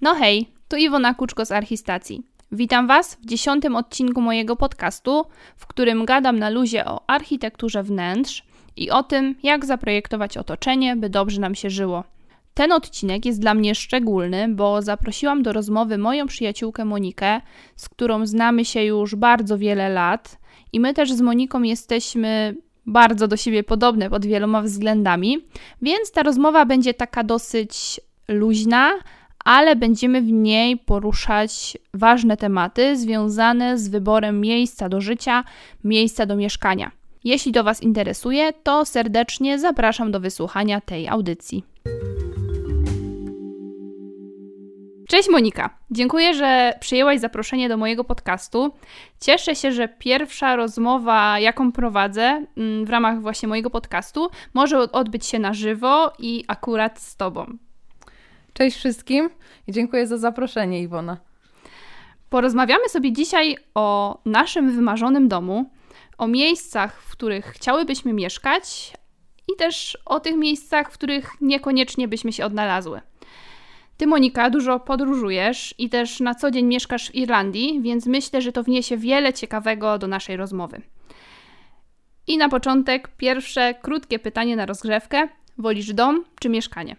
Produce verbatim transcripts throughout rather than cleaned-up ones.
No hej, tu Iwona Kuczko z Archistacji. Witam Was w dziesiątym odcinku mojego podcastu, w którym gadam na luzie o architekturze wnętrz i o tym, jak zaprojektować otoczenie, by dobrze nam się żyło. Ten odcinek jest dla mnie szczególny, bo zaprosiłam do rozmowy moją przyjaciółkę Monikę, z którą znamy się już bardzo wiele lat i my też z Moniką jesteśmy bardzo do siebie podobne pod wieloma względami, więc ta rozmowa będzie taka dosyć luźna, ale będziemy w niej poruszać ważne tematy związane z wyborem miejsca do życia, miejsca do mieszkania. Jeśli to Was interesuje, to serdecznie zapraszam do wysłuchania tej audycji. Cześć Monika, dziękuję, że przyjęłaś zaproszenie do mojego podcastu. Cieszę się, że pierwsza rozmowa, jaką prowadzę w ramach właśnie mojego podcastu, może odbyć się na żywo i akurat z Tobą. Cześć wszystkim i dziękuję za zaproszenie, Iwona. Porozmawiamy sobie dzisiaj o naszym wymarzonym domu, o miejscach, w których chciałybyśmy mieszkać i też o tych miejscach, w których niekoniecznie byśmy się odnalazły. Ty, Monika, dużo podróżujesz i też na co dzień mieszkasz w Irlandii, więc myślę, że to wniesie wiele ciekawego do naszej rozmowy. I na początek pierwsze krótkie pytanie na rozgrzewkę. Wolisz dom czy mieszkanie?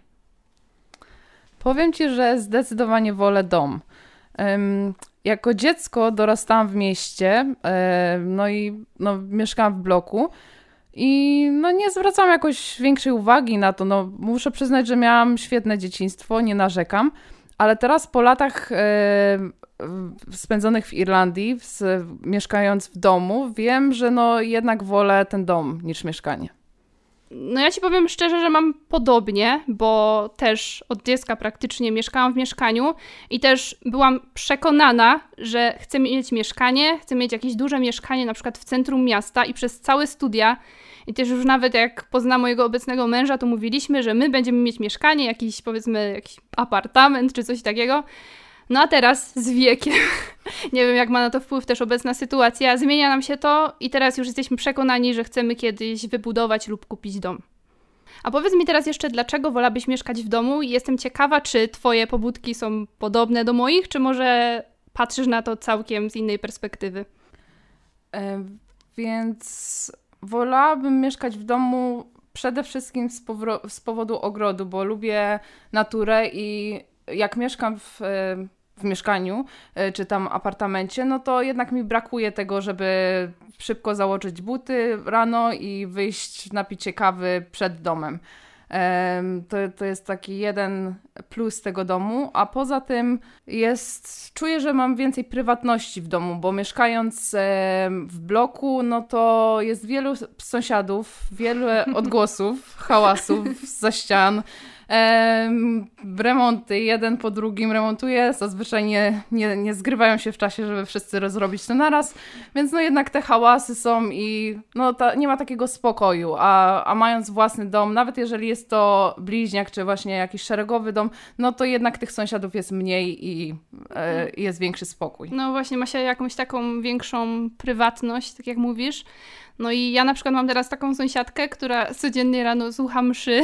Powiem Ci, że zdecydowanie wolę dom. Um, jako dziecko dorastałam w mieście, um, no i no, mieszkałam w bloku i no, nie zwracałam jakoś większej uwagi na to. No, muszę przyznać, że miałam świetne dzieciństwo, nie narzekam, ale teraz po latach um, spędzonych w Irlandii, w, mieszkając w domu, wiem, że no, jednak wolę ten dom niż mieszkanie. No ja Ci powiem szczerze, że mam podobnie, bo też od dziecka praktycznie mieszkałam w mieszkaniu i też byłam przekonana, że chcę mieć mieszkanie, chcę mieć jakieś duże mieszkanie na przykład w centrum miasta i przez całe studia i też już nawet jak poznałam mojego obecnego męża, to mówiliśmy, że my będziemy mieć mieszkanie, jakiś powiedzmy jakiś apartament czy coś takiego. No a teraz z wiekiem, nie wiem jak ma na to wpływ też obecna sytuacja, zmienia nam się to i teraz już jesteśmy przekonani, że chcemy kiedyś wybudować lub kupić dom. A powiedz mi teraz jeszcze, dlaczego wolałabyś mieszkać w domu i jestem ciekawa, czy Twoje pobudki są podobne do moich, czy może patrzysz na to całkiem z innej perspektywy? E, więc wolałabym mieszkać w domu przede wszystkim z, powro- z powodu ogrodu, bo lubię naturę i jak mieszkam w, w mieszkaniu czy tam apartamencie, no to jednak mi brakuje tego, żeby szybko założyć buty rano i wyjść napić się kawy przed domem. To, to jest taki jeden plus tego domu, a poza tym jest, czuję, że mam więcej prywatności w domu, bo mieszkając w bloku, no to jest wielu sąsiadów, wiele odgłosów, hałasów za ścian, remonty, jeden po drugim remontuje, zazwyczaj nie, nie, nie zgrywają się w czasie, żeby wszyscy rozrobić to naraz, więc no jednak te hałasy są i no ta, nie ma takiego spokoju, a, a mając własny dom, nawet jeżeli jest to bliźniak, czy właśnie jakiś szeregowy dom, no to jednak tych sąsiadów jest mniej i e, jest większy spokój. No właśnie, ma się jakąś taką większą prywatność, tak jak mówisz. No i ja na przykład mam teraz taką sąsiadkę, która codziennie rano słucha mszy.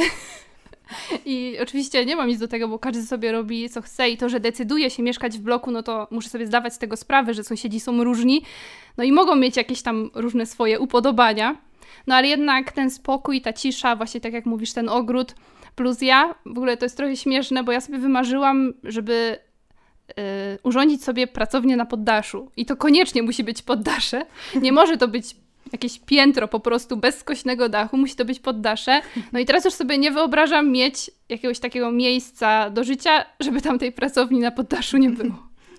I oczywiście nie mam nic do tego, bo każdy sobie robi co chce i to, że decyduje się mieszkać w bloku, no to muszę sobie zdawać z tego sprawę, że sąsiedzi są różni, no i mogą mieć jakieś tam różne swoje upodobania, no ale jednak ten spokój, ta cisza, właśnie tak jak mówisz, ten ogród, plus ja, w ogóle to jest trochę śmieszne, bo ja sobie wymarzyłam, żeby yy, urządzić sobie pracownię na poddaszu i to koniecznie musi być poddasze, nie może to być jakieś piętro po prostu bez skośnego dachu, musi to być poddasze. No i teraz już sobie nie wyobrażam mieć jakiegoś takiego miejsca do życia, żeby tam tej pracowni na poddaszu nie było.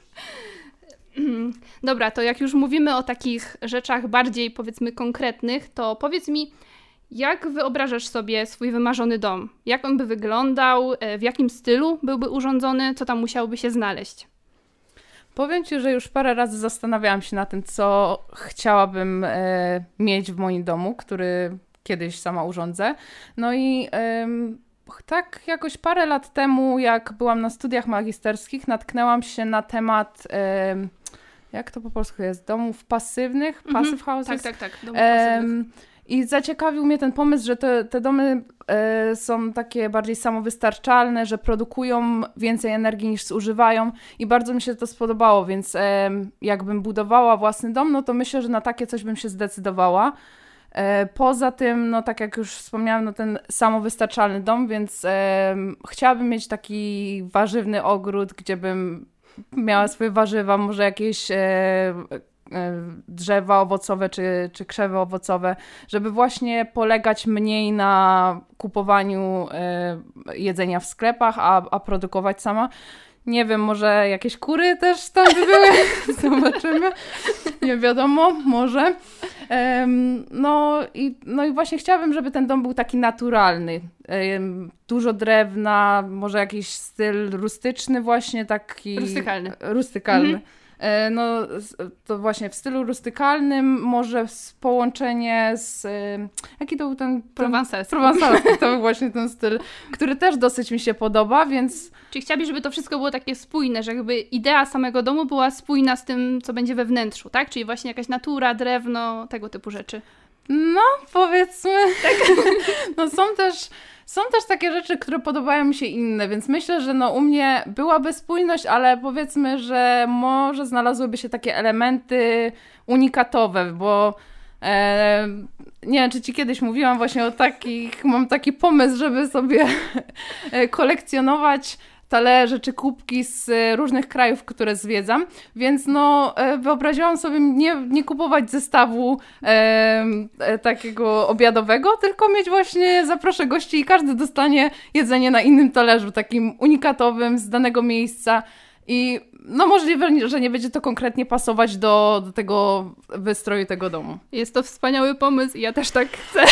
Dobra, to jak już mówimy o takich rzeczach bardziej powiedzmy konkretnych, to powiedz mi, jak wyobrażasz sobie swój wymarzony dom? Jak on by wyglądał? W jakim stylu byłby urządzony? Co tam musiałoby się znaleźć? Powiem Ci, że już parę razy zastanawiałam się na tym, co chciałabym e, mieć w moim domu, który kiedyś sama urządzę. No i e, tak jakoś parę lat temu, jak byłam na studiach magisterskich, natknęłam się na temat, e, jak to po polsku jest, domów pasywnych, Mhm. passive houses. Tak, tak, tak, domów pasywnych. I zaciekawił mnie ten pomysł, że te, te domy e, są takie bardziej samowystarczalne, że produkują więcej energii niż zużywają i bardzo mi się to spodobało, więc e, jakbym budowała własny dom, no to myślę, że na takie coś bym się zdecydowała. E, poza tym, no tak jak już wspomniałam, no ten samowystarczalny dom, więc e, chciałabym mieć taki warzywny ogród, gdzie bym miała swoje warzywa, może jakieś e, drzewa owocowe czy, czy krzewy owocowe, żeby właśnie polegać mniej na kupowaniu y, jedzenia w sklepach, a, a produkować sama. Nie wiem, może jakieś kury też tam by były, zobaczymy, nie wiadomo, może. Um, no, i, no i właśnie chciałabym, żeby ten dom był taki naturalny. Um, dużo drewna, może jakiś styl rustyczny właśnie, taki... Rustykalny. Rustykalny. Mhm. No to właśnie w stylu rustykalnym, może połączenie z... Jaki to był ten... Prowansalski. Prowansalski, to był właśnie ten styl, który też dosyć mi się podoba, więc... Czyli chciałabyś, żeby to wszystko było takie spójne, że jakby idea samego domu była spójna z tym, co będzie we wnętrzu, tak? Czyli właśnie jakaś natura, drewno, tego typu rzeczy. No, powiedzmy. Tak. No są też... Są też takie rzeczy, które podobają mi się inne, więc myślę, że no u mnie byłaby spójność, ale powiedzmy, że może znalazłyby się takie elementy unikatowe, bo e, nie wiem, czy ci kiedyś mówiłam właśnie o takich, mam taki pomysł, żeby sobie kolekcjonować talerze czy kubki z różnych krajów, które zwiedzam, więc no wyobraziłam sobie nie, nie kupować zestawu e, e, takiego obiadowego, tylko mieć właśnie, zaproszę gości i każdy dostanie jedzenie na innym talerzu, takim unikatowym z danego miejsca i no możliwe, że nie będzie to konkretnie pasować do, do tego wystroju tego domu. Jest to wspaniały pomysł i ja też tak chcę.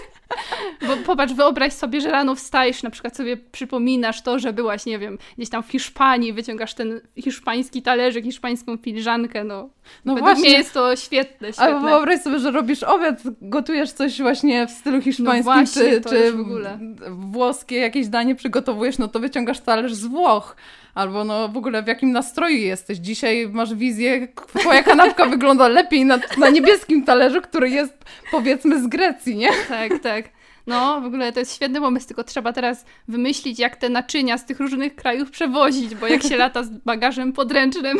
Bo popatrz, wyobraź sobie, że rano wstajesz, na przykład sobie przypominasz to, że byłaś, nie wiem, gdzieś tam w Hiszpanii, wyciągasz ten hiszpański talerzyk, hiszpańską filiżankę, no. No według właśnie. Mnie jest to świetne, świetne. Ale wyobraź sobie, że robisz obiad, gotujesz coś właśnie w stylu hiszpańskim, no właśnie, czy, czy w ogóle. włoskie jakieś danie przygotowujesz, no to wyciągasz talerz z Włoch. Albo no w ogóle w jakim nastroju jesteś. Dzisiaj masz wizję, twoja kanapka wygląda lepiej na, na niebieskim talerzu, który jest powiedzmy z Grecji, nie? Tak, tak. No w ogóle to jest świetny pomysł, tylko trzeba teraz wymyślić, jak te naczynia z tych różnych krajów przewozić, bo jak się lata z bagażem podręcznym,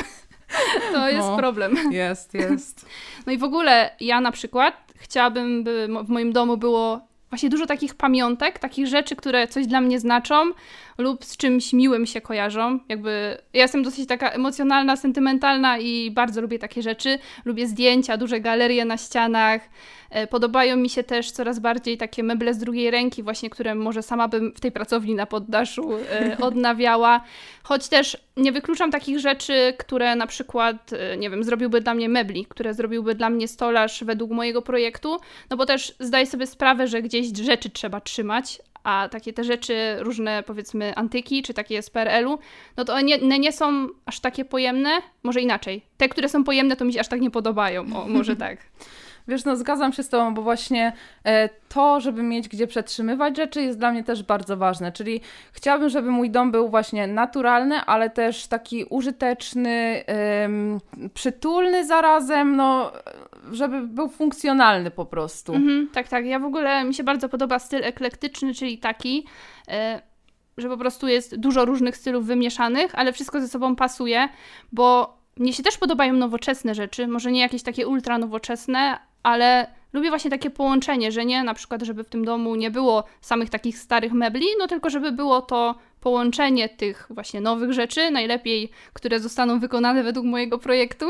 to jest no, problem. Jest, jest. No i w ogóle ja na przykład chciałabym, by w moim domu było właśnie dużo takich pamiątek, takich rzeczy, które coś dla mnie znaczą lub z czymś miłym się kojarzą. Jakby ja jestem dosyć taka emocjonalna, sentymentalna i bardzo lubię takie rzeczy. Lubię zdjęcia, duże galerie na ścianach. Podobają mi się też coraz bardziej takie meble z drugiej ręki, właśnie, które może sama bym w tej pracowni na poddaszu e, odnawiała. Choć też nie wykluczam takich rzeczy, które na przykład, e, nie wiem, zrobiłby dla mnie mebli, które zrobiłby dla mnie stolarz według mojego projektu, no bo też zdaję sobie sprawę, że gdzieś rzeczy trzeba trzymać, a takie te rzeczy, różne powiedzmy antyki, czy takie z P R L-u, no to one nie, one nie są aż takie pojemne, może inaczej. Te, które są pojemne, to mi się aż tak nie podobają, o, może tak. Wiesz, no zgadzam się z tobą, bo właśnie e, to, żeby mieć gdzie przetrzymywać rzeczy jest dla mnie też bardzo ważne, czyli chciałabym, żeby mój dom był właśnie naturalny, ale też taki użyteczny, ym, przytulny zarazem, no żeby był funkcjonalny po prostu. Mhm, tak, tak. Ja w ogóle, mi się bardzo podoba styl eklektyczny, czyli taki, e, że po prostu jest dużo różnych stylów wymieszanych, ale wszystko ze sobą pasuje, bo mnie się też podobają nowoczesne rzeczy, może nie jakieś takie ultra nowoczesne, ale lubię właśnie takie połączenie, że nie na przykład, żeby w tym domu nie było samych takich starych mebli, no tylko żeby było to połączenie tych właśnie nowych rzeczy, najlepiej, które zostaną wykonane według mojego projektu,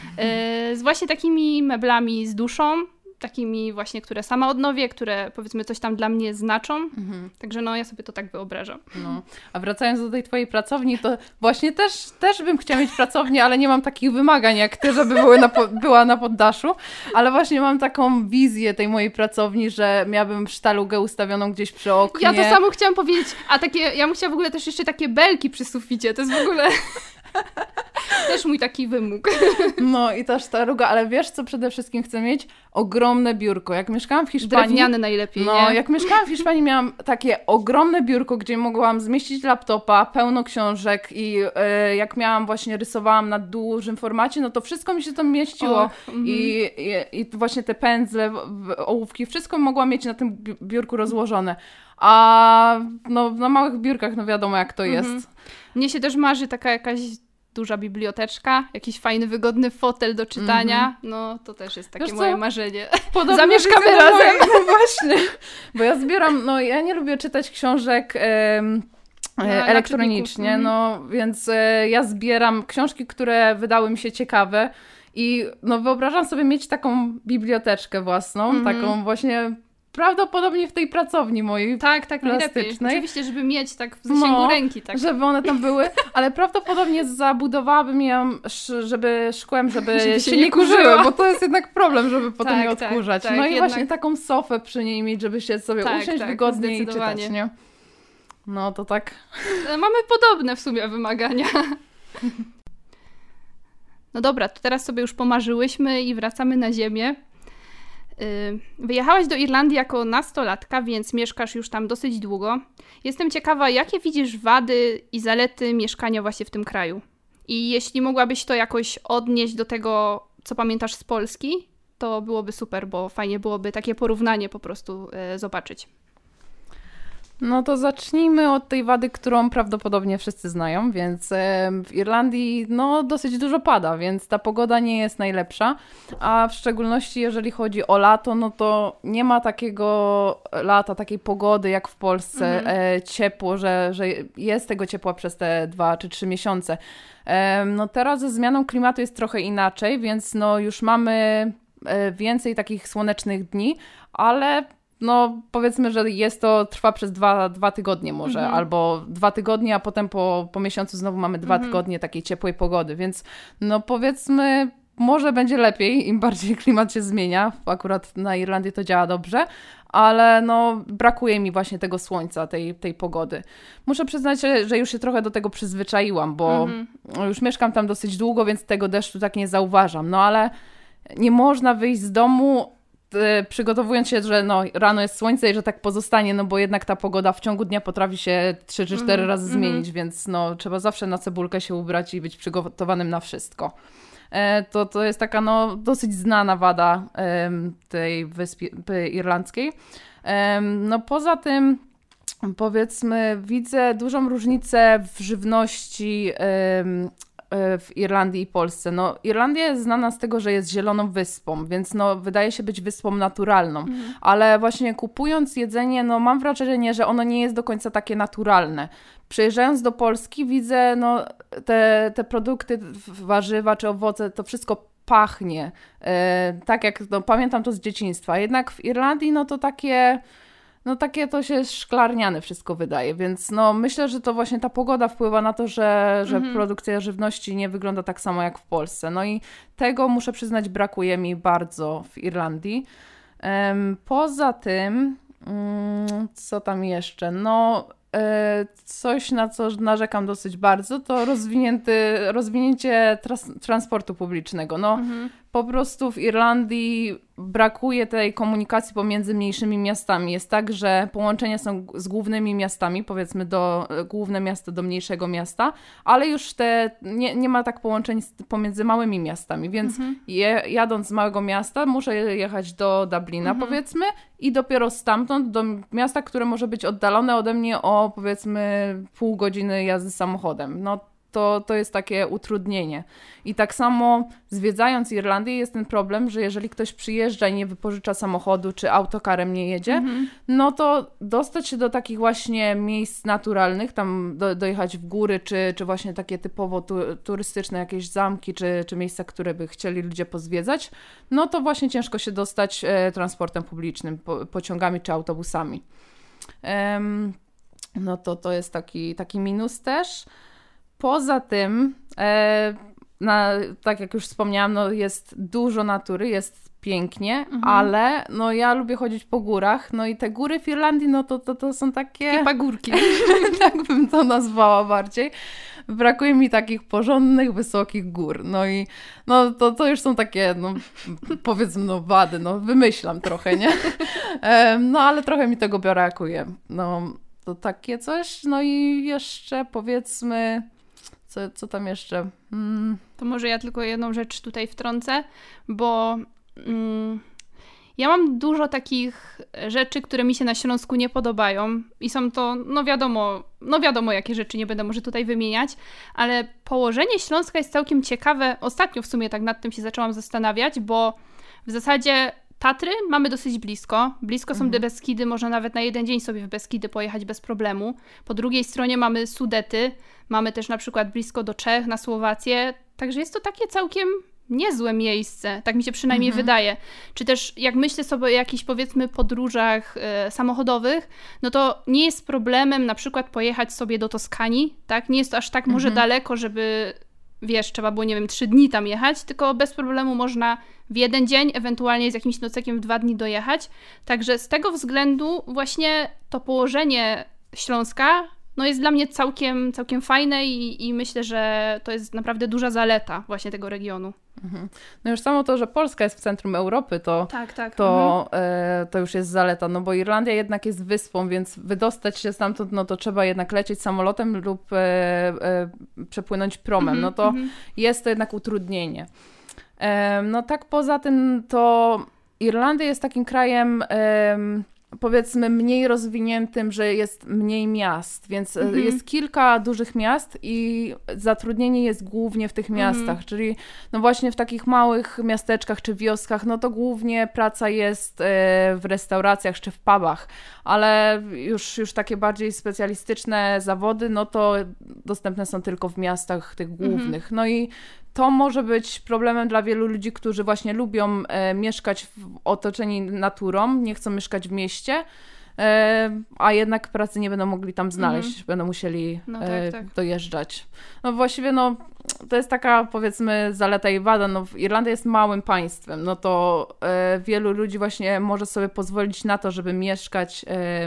mhm. z właśnie takimi meblami z duszą, takimi właśnie, które sama odnowię, które powiedzmy coś tam dla mnie znaczą. Mhm. Także no ja sobie to tak wyobrażam. No. A wracając do tej twojej pracowni, to właśnie też, też bym chciała mieć pracownię, ale nie mam takich wymagań jak ty, żeby były na po, była na poddaszu, ale właśnie mam taką wizję tej mojej pracowni, że miałabym sztalugę ustawioną gdzieś przy oknie. Ja to samo chciałam powiedzieć, a takie, ja bym chciała w ogóle też jeszcze takie belki przy suficie, to jest w ogóle... Też mój taki wymóg. No i ta sztaruga, ale wiesz co przede wszystkim chcę mieć? Ogromne biurko. Jak mieszkałam w Hiszpanii... Drewniane najlepiej, No, nie? jak mieszkałam w Hiszpanii miałam takie ogromne biurko, gdzie mogłam zmieścić laptopa, pełno książek i e, jak miałam właśnie, rysowałam na dużym formacie, no to wszystko mi się tam mieściło. Och, mhm. I, i, I właśnie te pędzle, ołówki, wszystko mogłam mieć na tym biurku rozłożone. A no, na małych biurkach, no wiadomo jak to jest. Mhm. Mnie się też marzy taka jakaś duża biblioteczka, jakiś fajny, wygodny fotel do czytania. Mm-hmm. No, to też jest takie Wiesz moje co? marzenie. Podobno Zamieszkamy widzę, razem. Moje, no właśnie, bo ja zbieram, no ja nie lubię czytać książek em, Na, elektronicznie, na no więc e, ja zbieram książki, które wydały mi się ciekawe i no wyobrażam sobie mieć taką biblioteczkę własną, mm-hmm. taką właśnie... Prawdopodobnie w tej pracowni mojej Tak, tak, najlepiej. Oczywiście, żeby mieć tak w zasięgu no, ręki. Tak. Żeby one tam były, ale prawdopodobnie zabudowałabym ją, żeby szkłem, żeby, żeby się, się nie kurzyły, bo to jest jednak problem, żeby potem tak, je odkurzać. Tak, no tak, i jednak... właśnie taką sofę przy niej mieć, żeby się sobie tak, usiąść tak, wygodnie i czytać, nie? No to tak. Mamy podobne w sumie wymagania. No dobra, to teraz sobie już pomarzyłyśmy i wracamy na ziemię. Wyjechałaś do Irlandii jako nastolatka, więc mieszkasz już tam dosyć długo. Jestem ciekawa, jakie widzisz wady i zalety mieszkania właśnie w tym kraju? I jeśli mogłabyś to jakoś odnieść do tego, co pamiętasz z Polski, to byłoby super, bo fajnie byłoby takie porównanie po prostu e, zobaczyć. No to zacznijmy od tej wady, którą prawdopodobnie wszyscy znają, więc w Irlandii no dosyć dużo pada, więc ta pogoda nie jest najlepsza, a w szczególności jeżeli chodzi o lato, no to nie ma takiego lata, takiej pogody jak w Polsce, mhm. e, ciepło, że, że jest tego ciepła przez te dwa czy trzy miesiące. E, no teraz ze zmianą klimatu jest trochę inaczej, więc no już mamy e, więcej takich słonecznych dni, ale no powiedzmy, że jest to, trwa przez dwa, dwa tygodnie może, mm-hmm. albo dwa tygodnie, a potem po, po miesiącu znowu mamy dwa mm-hmm. tygodnie takiej ciepłej pogody, więc no powiedzmy, może będzie lepiej, im bardziej klimat się zmienia, akurat na Irlandii to działa dobrze, ale no brakuje mi właśnie tego słońca, tej, tej pogody. Muszę przyznać, że już się trochę do tego przyzwyczaiłam, bo mm-hmm. już mieszkam tam dosyć długo, więc tego deszczu tak nie zauważam, no ale nie można wyjść z domu przygotowując się, że no, rano jest słońce i że tak pozostanie, no bo jednak ta pogoda w ciągu dnia potrafi się trzy czy cztery mm-hmm. razy zmienić, mm-hmm. więc no, trzeba zawsze na cebulkę się ubrać i być przygotowanym na wszystko. E, to, to jest taka no, dosyć znana wada e, tej wyspy irlandzkiej. E, no poza tym powiedzmy widzę dużą różnicę w żywności e, w Irlandii i Polsce. No, Irlandia jest znana z tego, że jest zieloną wyspą, więc no, wydaje się być wyspą naturalną, mhm. ale właśnie kupując jedzenie, no, mam wrażenie, że ono nie jest do końca takie naturalne. Przyjeżdżając do Polski widzę no, te, te produkty, warzywa czy owoce, to wszystko pachnie. E, tak jak, no, pamiętam to z dzieciństwa. Jednak w Irlandii, no to takie... No takie to się szklarniane wszystko wydaje, więc no myślę, że to właśnie ta pogoda wpływa na to, że, że mm-hmm. produkcja żywności nie wygląda tak samo jak w Polsce. No i tego muszę przyznać brakuje mi bardzo w Irlandii. Um, poza tym, um, co tam jeszcze? No e, coś, na co narzekam dosyć bardzo, to rozwinięty, rozwinięcie tras- transportu publicznego. No mm-hmm. po prostu w Irlandii brakuje tej komunikacji pomiędzy mniejszymi miastami. Jest tak, że połączenia są z głównymi miastami, powiedzmy do główne miasto do mniejszego miasta, ale już te nie, nie ma tak połączeń z, pomiędzy małymi miastami, więc mhm. je, jadąc z małego miasta muszę jechać do Dublina, mhm. powiedzmy, i dopiero stamtąd do miasta, które może być oddalone ode mnie o powiedzmy pół godziny jazdy samochodem. No To, to jest takie utrudnienie. I tak samo zwiedzając Irlandię jest ten problem, że jeżeli ktoś przyjeżdża i nie wypożycza samochodu, czy autokarem nie jedzie, mm-hmm. no to dostać się do takich właśnie miejsc naturalnych, tam do, dojechać w góry, czy, czy właśnie takie typowo tu, turystyczne jakieś zamki, czy, czy miejsca, które by chcieli ludzie pozwiedzać, no to właśnie ciężko się dostać e, transportem publicznym, po, pociągami czy autobusami. Ehm, no to to jest taki, taki minus też. Poza tym, e, na, tak jak już wspomniałam, no jest dużo natury, jest pięknie, mhm. ale no ja lubię chodzić po górach, no i te góry w Irlandii, no to, to, to są takie... Takie pagórki. Tak bym to nazwała bardziej. Brakuje mi takich porządnych, wysokich gór. No i no to, to już są takie, no powiedzmy, no wady, no wymyślam trochę, nie? No ale trochę mi tego brakuje. No to takie coś. No i jeszcze powiedzmy, co, co tam jeszcze? Hmm. To może ja tylko jedną rzecz tutaj wtrącę, bo mm, ja mam dużo takich rzeczy, które mi się na Śląsku nie podobają i są to, no wiadomo, no wiadomo jakie rzeczy, nie będę może tutaj wymieniać, ale położenie Śląska jest całkiem ciekawe. Ostatnio w sumie tak nad tym się zaczęłam zastanawiać, bo w zasadzie Tatry mamy dosyć blisko. Blisko są mhm. Beskidy, można nawet na jeden dzień sobie w Beskidy pojechać bez problemu. Po drugiej stronie mamy Sudety, mamy też na przykład blisko do Czech, na Słowację, także jest to takie całkiem niezłe miejsce, tak mi się przynajmniej mhm. wydaje. Czy też jak myślę sobie o jakichś powiedzmy podróżach e, samochodowych, no to nie jest problemem na przykład pojechać sobie do Toskanii, tak? Nie jest to aż tak może mhm. daleko, żeby wiesz, trzeba było, nie wiem, trzy dni tam jechać, tylko bez problemu można w jeden dzień, ewentualnie z jakimś nocekiem w dwa dni dojechać. Także z tego względu właśnie to położenie Śląska no jest dla mnie całkiem, całkiem fajne i, i myślę, że to jest naprawdę duża zaleta właśnie tego regionu. Mhm. No już samo to, że Polska jest w centrum Europy, to, tak, tak. to, mhm. e, to już jest zaleta, no bo Irlandia jednak jest wyspą, więc wydostać się stamtąd, no to trzeba jednak lecieć samolotem lub e, e, przepłynąć promem, mhm, no to mhm. jest to jednak utrudnienie. E, no tak poza tym to Irlandia jest takim krajem e, powiedzmy mniej rozwiniętym, że jest mniej miast, więc mhm. jest kilka dużych miast i zatrudnienie jest głównie w tych miastach, mhm. czyli no właśnie w takich małych miasteczkach czy wioskach, no to głównie praca jest w restauracjach czy w pubach, ale już, już takie bardziej specjalistyczne zawody, no to dostępne są tylko w miastach tych głównych. Mhm. No i to może być problemem dla wielu ludzi, którzy właśnie lubią e, mieszkać w otoczeni naturą, nie chcą mieszkać w mieście, e, a jednak pracy nie będą mogli tam znaleźć, mm. będą musieli no tak, e, tak. dojeżdżać. No właściwie no, to jest taka powiedzmy zaleta i wada. No, Irlandia jest małym państwem, no to e, wielu ludzi właśnie może sobie pozwolić na to, żeby mieszkać e,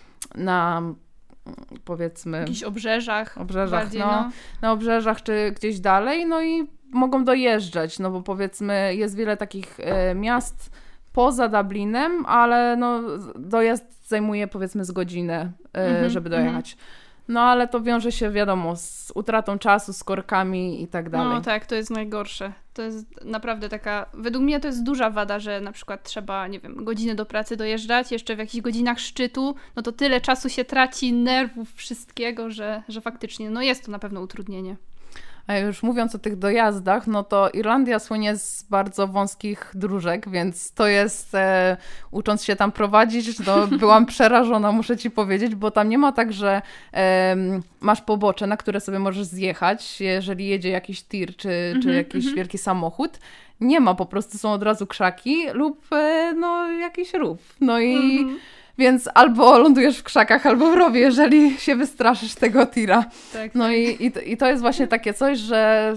na powiedzmy... jakichś obrzeżach. Obrzeżach, bardziej, no, no. Na obrzeżach czy gdzieś dalej, no i mogą dojeżdżać, no bo powiedzmy jest wiele takich e, miast poza Dublinem, ale no dojazd zajmuje powiedzmy z godzinę, e, mm-hmm, żeby dojechać. Mm-hmm. No ale to wiąże się, wiadomo, z utratą czasu, z korkami i tak dalej. No tak, to jest najgorsze. To jest naprawdę taka, według mnie to jest duża wada, że na przykład trzeba, nie wiem, godzinę do pracy dojeżdżać, jeszcze w jakichś godzinach szczytu, no to tyle czasu się traci, nerwów, wszystkiego, że, że faktycznie, no jest to na pewno utrudnienie. A już mówiąc o tych dojazdach, no to Irlandia słynie z bardzo wąskich dróżek, więc to jest, e, ucząc się tam prowadzić, no byłam przerażona, muszę ci powiedzieć, bo tam nie ma tak, że e, masz pobocze, na które sobie możesz zjechać, jeżeli jedzie jakiś tir czy, mm-hmm, czy jakiś mm-hmm. wielki samochód. Nie ma, po prostu są od razu krzaki lub e, no jakiś rów. No i mm-hmm. Więc albo lądujesz w krzakach, albo w rowie, jeżeli się wystraszysz tego tira. Tak, no tak. I, i, i to jest właśnie takie coś, że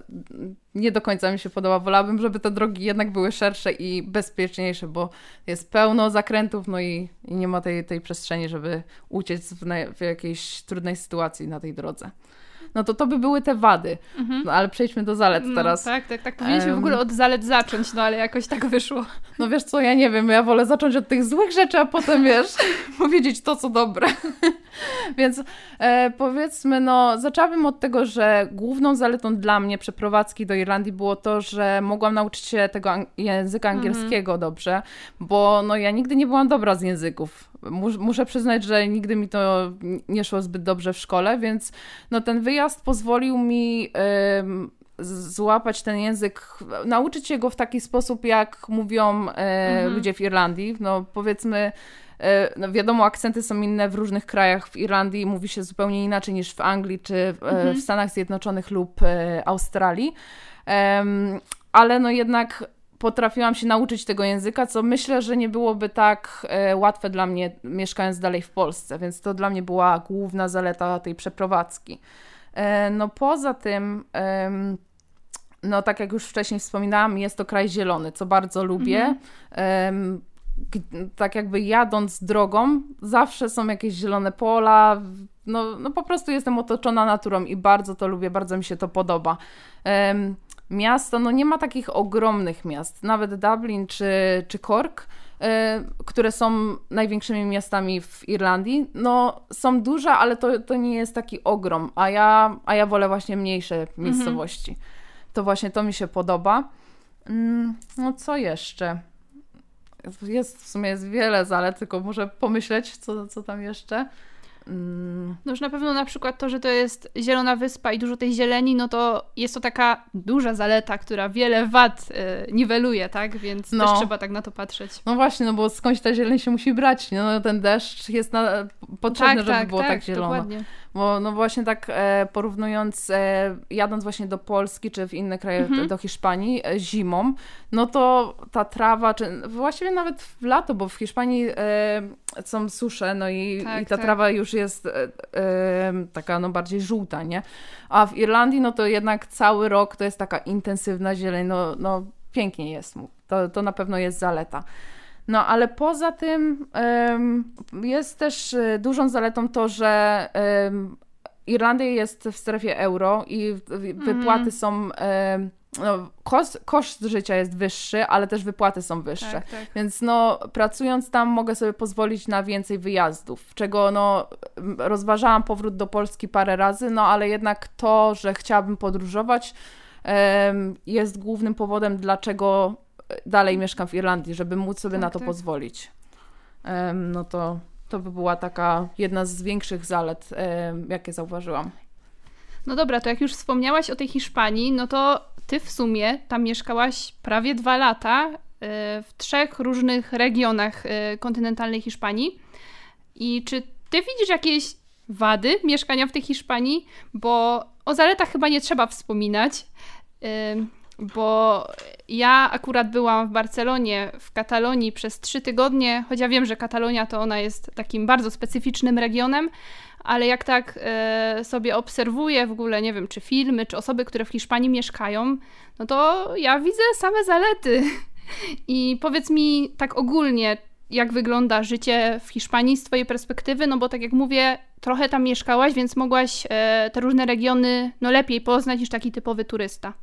nie do końca mi się podoba. Wolałabym, żeby te drogi jednak były szersze i bezpieczniejsze, bo jest pełno zakrętów, no i, i nie ma tej, tej przestrzeni, żeby uciec w, na, w jakiejś trudnej sytuacji na tej drodze. No to to by były te wady. Mhm. No ale przejdźmy do zalet no, teraz. Tak, tak, tak. Powinniśmy um, w ogóle od zalet zacząć, no ale jakoś tak wyszło. No wiesz co, ja nie wiem, ja wolę zacząć od tych złych rzeczy, a potem wiesz, powiedzieć to, co dobre. Więc e, powiedzmy, no zaczęłabym od tego, że główną zaletą dla mnie przeprowadzki do Irlandii było to, że mogłam nauczyć się tego ang- języka angielskiego mhm. dobrze, bo no ja nigdy nie byłam dobra z języków. Mus- muszę przyznać, że nigdy mi to nie szło zbyt dobrze w szkole, więc no ten wyjazd pozwolił mi ym, złapać ten język, nauczyć się go w taki sposób, jak mówią e, mhm. ludzie w Irlandii. No powiedzmy, e, no wiadomo, akcenty są inne w różnych krajach. W Irlandii mówi się zupełnie inaczej niż w Anglii, czy e, mhm. w Stanach Zjednoczonych lub e, Australii. E, ale no jednak potrafiłam się nauczyć tego języka, co myślę, że nie byłoby tak e, łatwe dla mnie, mieszkając dalej w Polsce, więc to dla mnie była główna zaleta tej przeprowadzki. E, no poza tym, e, no tak jak już wcześniej wspominałam, jest to kraj zielony, co bardzo lubię. Mhm. Tak jakby jadąc drogą, zawsze są jakieś zielone pola, no, no po prostu jestem otoczona naturą i bardzo to lubię, bardzo mi się to podoba. Um, miasto, no nie ma takich ogromnych miast, nawet Dublin czy, czy Cork, y, które są największymi miastami w Irlandii, no są duże, ale to, to nie jest taki ogrom, a ja, a ja wolę właśnie mniejsze miejscowości. Mhm. To właśnie to mi się podoba. Mm, no co jeszcze? Jest w sumie jest wiele zalet, tylko muszę pomyśleć, co, co tam jeszcze. Mm. No już na pewno na przykład to, że to jest zielona wyspa i dużo tej zieleni, no to jest to taka duża zaleta, która wiele wad y, niweluje, tak? Więc no. też trzeba tak na to patrzeć. No właśnie, no bo skądś ta zieleń się musi brać, no ten deszcz jest na, potrzebny, tak, żeby tak, było tak, tak zielono. Dokładnie. Bo no właśnie tak e, porównując, e, jadąc właśnie do Polski czy w inne kraje, mhm. do Hiszpanii e, zimą, no to ta trawa, czy właściwie nawet w lato, bo w Hiszpanii e, są susze, no i, tak, i ta tak. trawa już jest e, e, taka no bardziej żółta, nie? A w Irlandii, no to jednak cały rok to jest taka intensywna zieleń, no, no pięknie jest mu. To, to na pewno jest zaleta. No, ale poza tym um, jest też dużą zaletą to, że um, Irlandia jest w strefie euro i wypłaty mm. są... Um, no, koszt, koszt życia jest wyższy, ale też wypłaty są wyższe. Tak, tak. Więc no, pracując tam mogę sobie pozwolić na więcej wyjazdów, czego no, rozważałam powrót do Polski parę razy, no ale jednak to, że chciałabym podróżować um, jest głównym powodem, dlaczego dalej mieszkam w Irlandii, żeby móc sobie tak, na to tak. pozwolić. Um, no to, to by była taka jedna z większych zalet, um, jakie zauważyłam. No dobra, to jak już wspomniałaś o tej Hiszpanii, no to ty w sumie tam mieszkałaś prawie dwa lata y, w trzech różnych regionach y, kontynentalnej Hiszpanii. I czy ty widzisz jakieś wady mieszkania w tej Hiszpanii? Bo o zaletach chyba nie trzeba wspominać. Y, Bo ja akurat byłam w Barcelonie, w Katalonii przez trzy tygodnie, choć ja wiem, że Katalonia to ona jest takim bardzo specyficznym regionem, ale jak tak e, sobie obserwuję w ogóle, nie wiem, czy filmy, czy osoby, które w Hiszpanii mieszkają, no to ja widzę same zalety. I powiedz mi tak ogólnie, jak wygląda życie w Hiszpanii z twojej perspektywy, no bo tak jak mówię, trochę tam mieszkałaś, więc mogłaś e, te różne regiony no lepiej poznać niż taki typowy turysta.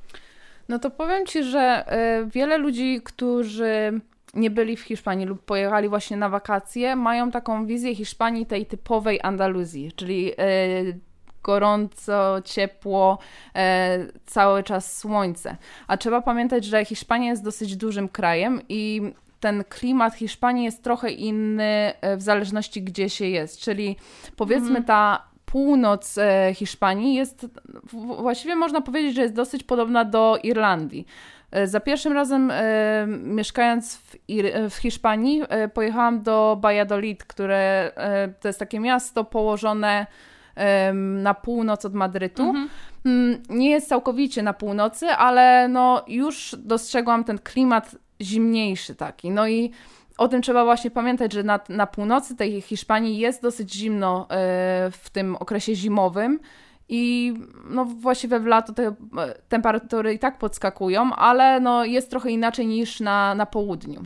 No to powiem Ci, że y, wiele ludzi, którzy nie byli w Hiszpanii lub pojechali właśnie na wakacje, mają taką wizję Hiszpanii tej typowej Andaluzji, czyli y, gorąco, ciepło, y, cały czas słońce. A trzeba pamiętać, że Hiszpania jest dosyć dużym krajem i ten klimat Hiszpanii jest trochę inny w zależności gdzie się jest, czyli powiedzmy mm. ta północ e, Hiszpanii jest, w, właściwie można powiedzieć, że jest dosyć podobna do Irlandii. E, za pierwszym razem e, mieszkając w, Ir- w Hiszpanii e, pojechałam do Valladolid, które e, to jest takie miasto położone e, na północ od Madrytu. Mhm. Nie jest całkowicie na północy, ale no już dostrzegłam ten klimat zimniejszy taki. No i o tym trzeba właśnie pamiętać, że na, na północy tej Hiszpanii jest dosyć zimno y, w tym okresie zimowym i no właściwie w lato te temperatury i tak podskakują, ale no jest trochę inaczej niż na, na południu.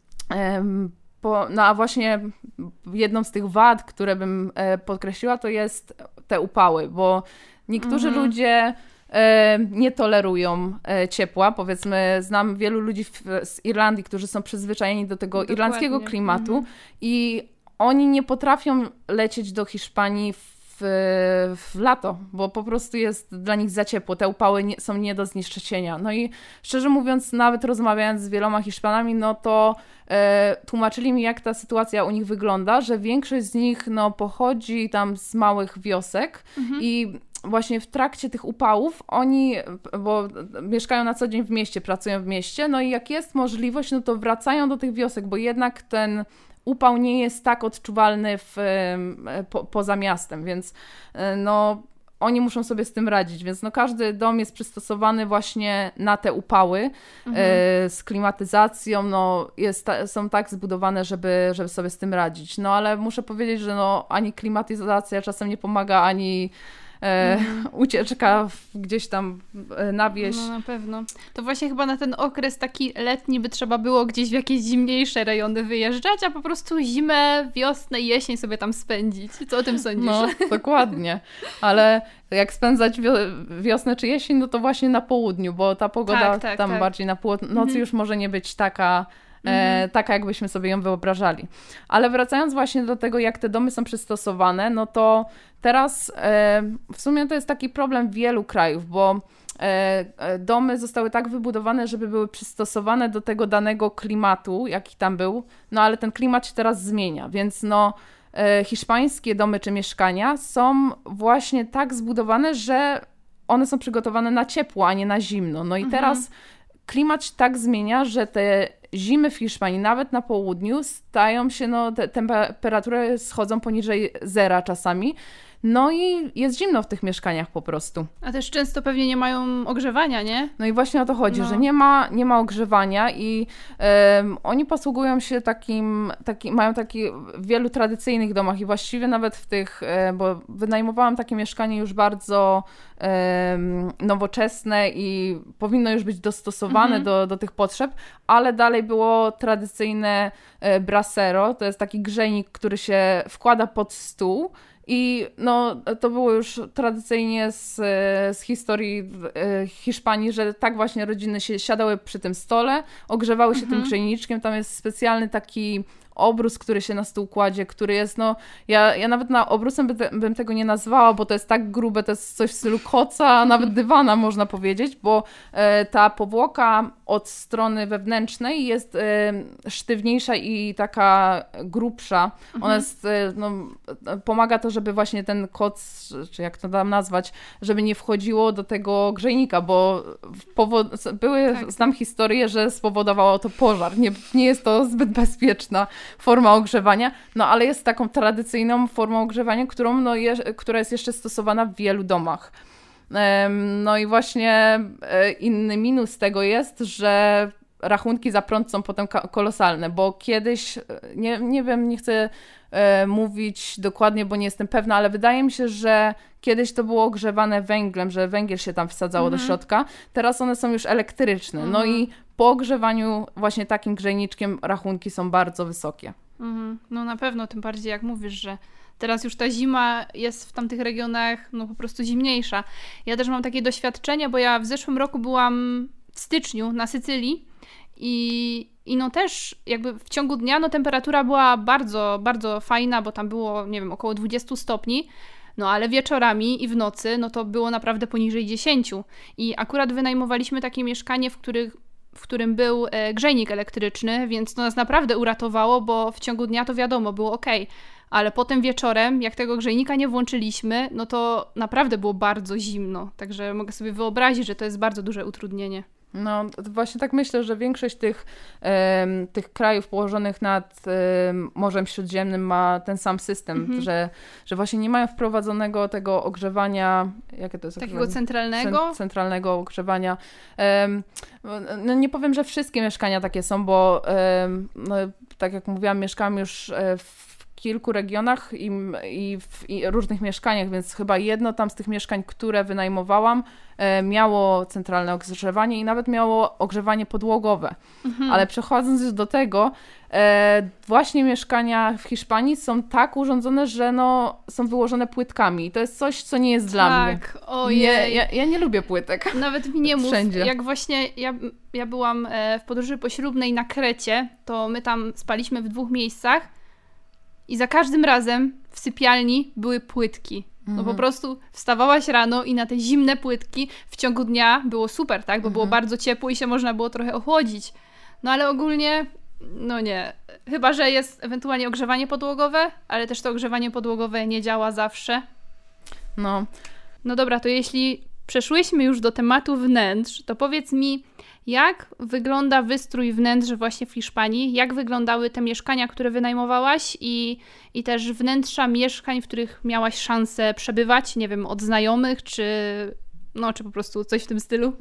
Ym, po, no a właśnie jedną z tych wad, które bym y, podkreśliła, to jest te upały, bo niektórzy mhm. ludzie nie tolerują ciepła. Powiedzmy, znam wielu ludzi w, z Irlandii, którzy są przyzwyczajeni do tego Dokładnie. irlandzkiego klimatu mhm. i oni nie potrafią lecieć do Hiszpanii w, w lato, bo po prostu jest dla nich za ciepło. Te upały nie, są nie do zniszczenia. No i szczerze mówiąc, nawet rozmawiając z wieloma Hiszpanami, no to e, tłumaczyli mi, jak ta sytuacja u nich wygląda, że większość z nich no, pochodzi tam z małych wiosek mhm. i właśnie w trakcie tych upałów oni, bo mieszkają na co dzień w mieście, pracują w mieście, no i jak jest możliwość, no to wracają do tych wiosek, bo jednak ten upał nie jest tak odczuwalny w, po, poza miastem, więc no oni muszą sobie z tym radzić, więc no każdy dom jest przystosowany właśnie na te upały mhm. e, z klimatyzacją, no jest ta, są tak zbudowane, żeby, żeby sobie z tym radzić, no ale muszę powiedzieć, że no ani klimatyzacja czasem nie pomaga, ani e, mm. ucieczka w, gdzieś tam na wieś. No na pewno. To właśnie chyba na ten okres taki letni by trzeba było gdzieś w jakieś zimniejsze rejony wyjeżdżać, a po prostu zimę, wiosnę i jesień sobie tam spędzić. Co o tym sądzisz? No, dokładnie. Ale jak spędzać wiosnę czy jesień, no to właśnie na południu, bo ta pogoda tak, tak, tam tak. bardziej na północy mhm. już może nie być taka, mhm. e, taka, jakbyśmy sobie ją wyobrażali. Ale wracając właśnie do tego, jak te domy są przystosowane, no to teraz e, w sumie to jest taki problem wielu krajów, bo e, domy zostały tak wybudowane, żeby były przystosowane do tego danego klimatu, jaki tam był, no ale ten klimat się teraz zmienia, więc no hiszpańskie domy czy mieszkania są właśnie tak zbudowane, że one są przygotowane na ciepło, a nie na zimno. No i mhm. teraz klimat się tak zmienia, że te zimy w Hiszpanii, nawet na południu, stają się, no te temperatury schodzą poniżej zera czasami. No i jest zimno w tych mieszkaniach po prostu. A też często pewnie nie mają ogrzewania, nie? No i właśnie o to chodzi, no. że nie ma, nie ma ogrzewania i um, oni posługują się takim, taki, mają taki w wielu tradycyjnych domach i właściwie nawet w tych, bo wynajmowałam takie mieszkanie już bardzo um, nowoczesne i powinno już być dostosowane mhm. do, do tych potrzeb, ale dalej było tradycyjne brasero, to jest taki grzejnik, który się wkłada pod stół. I no, to było już tradycyjnie z, z historii Hiszpanii, że tak właśnie rodziny się siadały przy tym stole, ogrzewały się mhm. tym grzejniczkiem, tam jest specjalny taki obrus, który się na stół kładzie, który jest, no, ja, ja nawet na obrusem by te, bym tego nie nazwała, bo to jest tak grube, to jest coś w stylu koca, nawet dywana można powiedzieć, bo e, ta powłoka od strony wewnętrznej jest e, sztywniejsza i taka grubsza. Mhm. Ona jest, e, no, pomaga to, żeby właśnie ten koc, czy jak to tam nazwać, żeby nie wchodziło do tego grzejnika, bo powo- były, tak. znam historię, że spowodowało to pożar. Nie, nie jest to zbyt bezpieczna forma ogrzewania, no ale jest taką tradycyjną formą ogrzewania, którą, no, je, która jest jeszcze stosowana w wielu domach. No i właśnie inny minus tego jest, że rachunki za prąd są potem kolosalne, bo kiedyś, nie, nie wiem, nie chcę e, mówić dokładnie, bo nie jestem pewna, ale wydaje mi się, że kiedyś to było ogrzewane węglem, że węgiel się tam wsadzało mhm. do środka, teraz one są już elektryczne, mhm. no i po ogrzewaniu właśnie takim grzejniczkiem rachunki są bardzo wysokie. Mhm. No na pewno, tym bardziej jak mówisz, że teraz już ta zima jest w tamtych regionach no po prostu zimniejsza. Ja też mam takie doświadczenie, bo ja w zeszłym roku byłam w styczniu na Sycylii i, i no też jakby w ciągu dnia no temperatura była bardzo, bardzo fajna, bo tam było, nie wiem, około dwadzieścia stopni, no ale wieczorami i w nocy no to było naprawdę poniżej dziesięć. I akurat wynajmowaliśmy takie mieszkanie, w których w którym był e, grzejnik elektryczny, więc to nas naprawdę uratowało, bo w ciągu dnia to wiadomo, było okej. Ale potem wieczorem, jak tego grzejnika nie włączyliśmy, no to naprawdę było bardzo zimno. Także mogę sobie wyobrazić, że to jest bardzo duże utrudnienie. No właśnie tak myślę, że większość tych, um, tych krajów położonych nad um, Morzem Śródziemnym ma ten sam system, mhm. że, że właśnie nie mają wprowadzonego tego ogrzewania, jakie to jest takiego ogrzewanie? centralnego? Cent, centralnego ogrzewania. Um, no nie powiem, że wszystkie mieszkania takie są, bo um, no, tak jak mówiłam, mieszkam już w kilku regionach i, i w i różnych mieszkaniach, więc chyba jedno tam z tych mieszkań, które wynajmowałam, e, miało centralne ogrzewanie i nawet miało ogrzewanie podłogowe. Mhm. Ale przechodząc już do tego, e, właśnie mieszkania w Hiszpanii są tak urządzone, że no, są wyłożone płytkami. To jest coś, co nie jest tak, dla mnie. Tak, ojej. Nie, ja, ja nie lubię płytek. Nawet mi nie mów. Wszędzie. Jak właśnie ja, ja byłam w podróży poślubnej na Krecie, to my tam spaliśmy w dwóch miejscach. I za każdym razem w sypialni były płytki. No mhm. po prostu wstawałaś rano i na te zimne płytki w ciągu dnia było super, tak? Bo mhm. było bardzo ciepło i się można było trochę ochłodzić. No ale ogólnie, no nie. Chyba że jest ewentualnie ogrzewanie podłogowe, ale też to ogrzewanie podłogowe nie działa zawsze. No. No dobra, to jeśli przeszłyśmy już do tematu wnętrz, to powiedz mi, jak wygląda wystrój wnętrz właśnie w Hiszpanii? Jak wyglądały te mieszkania, które wynajmowałaś i, i też wnętrza mieszkań, w których miałaś szansę przebywać? Nie wiem, od znajomych, czy, no, czy po prostu coś w tym stylu?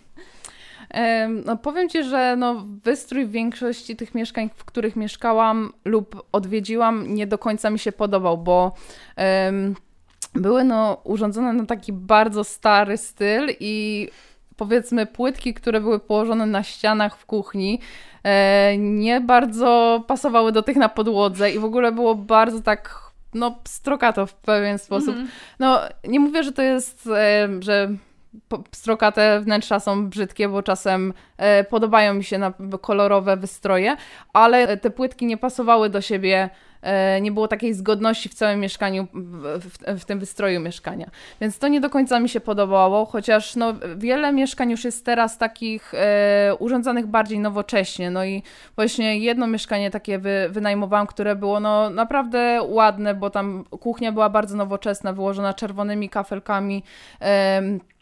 No, powiem Ci, że no, wystrój w większości tych mieszkań, w których mieszkałam lub odwiedziłam, nie do końca mi się podobał, bo um, były no urządzone na taki bardzo stary styl i powiedzmy płytki, które były położone na ścianach w kuchni, e, nie bardzo pasowały do tych na podłodze i w ogóle było bardzo tak, no, strokato w pewien sposób. Mm-hmm. No, nie mówię, że to jest, e, że strokate wnętrza są brzydkie, bo czasem e, podobają mi się na kolorowe wystroje, ale te płytki nie pasowały do siebie, e, nie było takiej zgodności w całym mieszkaniu, w, w, w tym wystroju mieszkania. Więc to nie do końca mi się podobało, chociaż no, wiele mieszkań już jest teraz takich e, urządzonych bardziej nowocześnie. No i właśnie jedno mieszkanie takie wy, wynajmowałam, które było no, naprawdę ładne, bo tam kuchnia była bardzo nowoczesna, wyłożona czerwonymi kafelkami, e,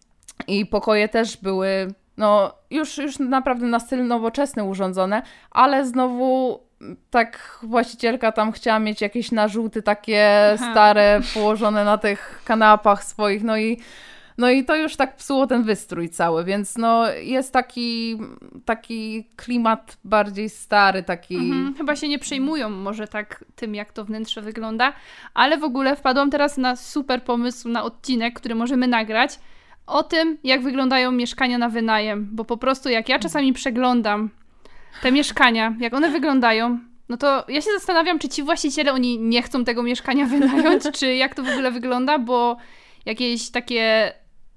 i pokoje też były, no już, już naprawdę na styl nowoczesny urządzone, ale znowu tak właścicielka tam chciała mieć jakieś narzuty takie Aha. stare, położone na tych kanapach swoich, no i, no i to już tak psuło ten wystrój cały, więc no jest taki, taki klimat bardziej stary, taki... Mhm. Chyba się nie przejmują może tak tym, jak to wnętrze wygląda, ale w ogóle wpadłam teraz na super pomysł na odcinek, który możemy nagrać, o tym, jak wyglądają mieszkania na wynajem, bo po prostu jak ja czasami przeglądam te mieszkania, jak one wyglądają, no to ja się zastanawiam, czy ci właściciele, oni nie chcą tego mieszkania wynająć, czy jak to w ogóle wygląda, bo jakieś takie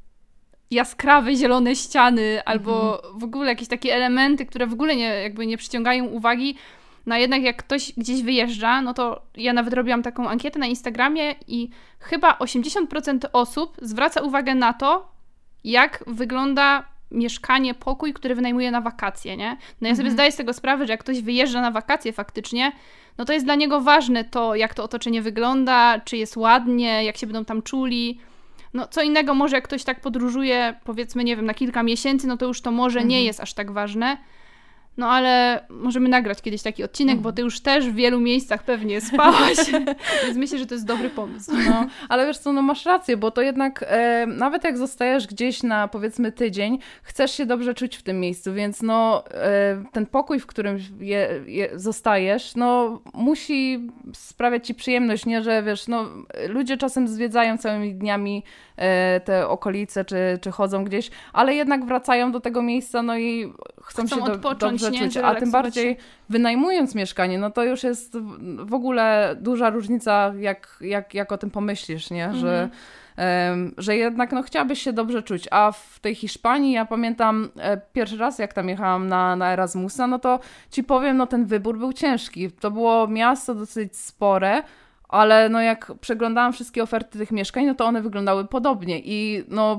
jaskrawe, zielone ściany, albo w ogóle jakieś takie elementy, które w ogóle nie, jakby nie przyciągają uwagi, no jednak jak ktoś gdzieś wyjeżdża, no to ja nawet robiłam taką ankietę na Instagramie i chyba osiemdziesiąt procent osób zwraca uwagę na to, jak wygląda mieszkanie, pokój, który wynajmuje na wakacje, nie? No ja mhm. sobie zdaję z tego sprawę, że jak ktoś wyjeżdża na wakacje faktycznie, no to jest dla niego ważne to, jak to otoczenie wygląda, czy jest ładnie, jak się będą tam czuli. No co innego może jak ktoś tak podróżuje, powiedzmy, nie wiem, na kilka miesięcy, no to już to może mhm. nie jest aż tak ważne. No ale możemy nagrać kiedyś taki odcinek, mm. bo ty już też w wielu miejscach pewnie spałaś, więc myślę, że to jest dobry pomysł. No, ale wiesz co, no masz rację, bo to jednak e, nawet jak zostajesz gdzieś na powiedzmy tydzień, chcesz się dobrze czuć w tym miejscu, więc no e, ten pokój, w którym je, je zostajesz, no musi sprawiać ci przyjemność, nie, że wiesz, no ludzie czasem zwiedzają całymi dniami e, te okolice, czy, czy chodzą gdzieś, ale jednak wracają do tego miejsca, no i chcą, chcą się odpocząć, do, dobrze czuć, a tym bardziej wynajmując mieszkanie, no to już jest w ogóle duża różnica, jak, jak, jak o tym pomyślisz, nie? Że, um, że jednak no, chciałabyś się dobrze czuć, a w tej Hiszpanii ja pamiętam e, pierwszy raz, jak tam jechałam na, na Erasmusa, no to ci powiem, no ten wybór był ciężki. To było miasto dosyć spore, ale no jak przeglądałam wszystkie oferty tych mieszkań, no to one wyglądały podobnie i no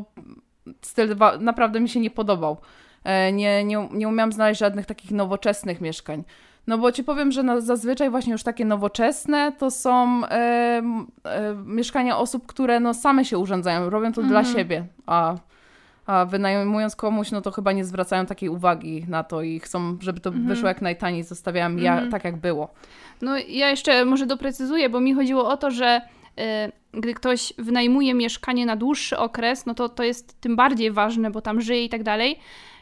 styl naprawdę mi się nie podobał. Nie, nie, nie umiałam znaleźć żadnych takich nowoczesnych mieszkań. No bo ci powiem, że na, zazwyczaj właśnie już takie nowoczesne to są e, e, mieszkania osób, które no same się urządzają, robią to mm-hmm. dla siebie, a, a wynajmując komuś, no to chyba nie zwracają takiej uwagi na to i chcą, żeby to mm-hmm. wyszło jak najtaniej, zostawiałam mm-hmm. ja tak jak było. No ja jeszcze może doprecyzuję, bo mi chodziło o to, że y, gdy ktoś wynajmuje mieszkanie na dłuższy okres, no to to jest tym bardziej ważne, bo tam żyje i tak dalej.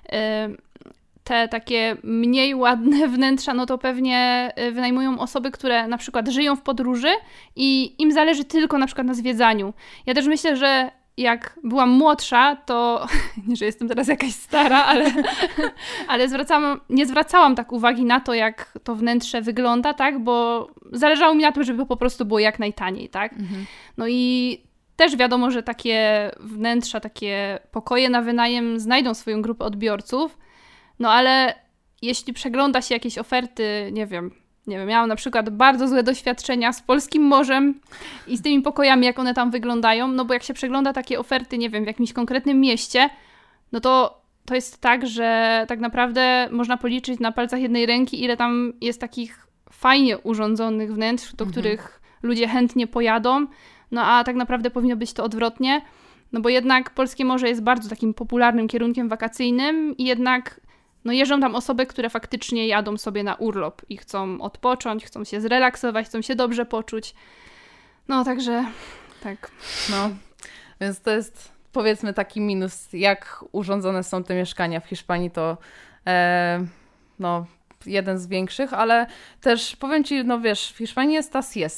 Te takie mniej ładne wnętrza, no to pewnie wynajmują osoby, które na przykład żyją w podróży i im zależy tylko na przykład na zwiedzaniu. Ja też myślę, że jak byłam młodsza, to nie, że jestem teraz jakaś stara, ale, ale zwracałam, nie zwracałam tak uwagi na to, jak to wnętrze wygląda, tak, bo zależało mi na tym, żeby po prostu było jak najtaniej, tak. Mhm. No i też wiadomo, że takie wnętrza, takie pokoje na wynajem znajdą swoją grupę odbiorców, no ale jeśli przegląda się jakieś oferty, nie wiem, nie wiem, miałam na przykład bardzo złe doświadczenia z polskim morzem i z tymi pokojami, jak one tam wyglądają, no bo jak się przegląda takie oferty, nie wiem, w jakimś konkretnym mieście, no to to jest tak, że tak naprawdę można policzyć na palcach jednej ręki, ile tam jest takich fajnie urządzonych wnętrz, do mhm. których ludzie chętnie pojadą. No a tak naprawdę powinno być to odwrotnie, no bo jednak polskie morze jest bardzo takim popularnym kierunkiem wakacyjnym i jednak no jeżdżą tam osoby, które faktycznie jadą sobie na urlop i chcą odpocząć, chcą się zrelaksować, chcą się dobrze poczuć. No także tak. No, więc to jest powiedzmy taki minus, jak urządzone są te mieszkania w Hiszpanii, to e, no jeden z większych, ale też powiem ci, no wiesz, w Hiszpanii jest ta siesta.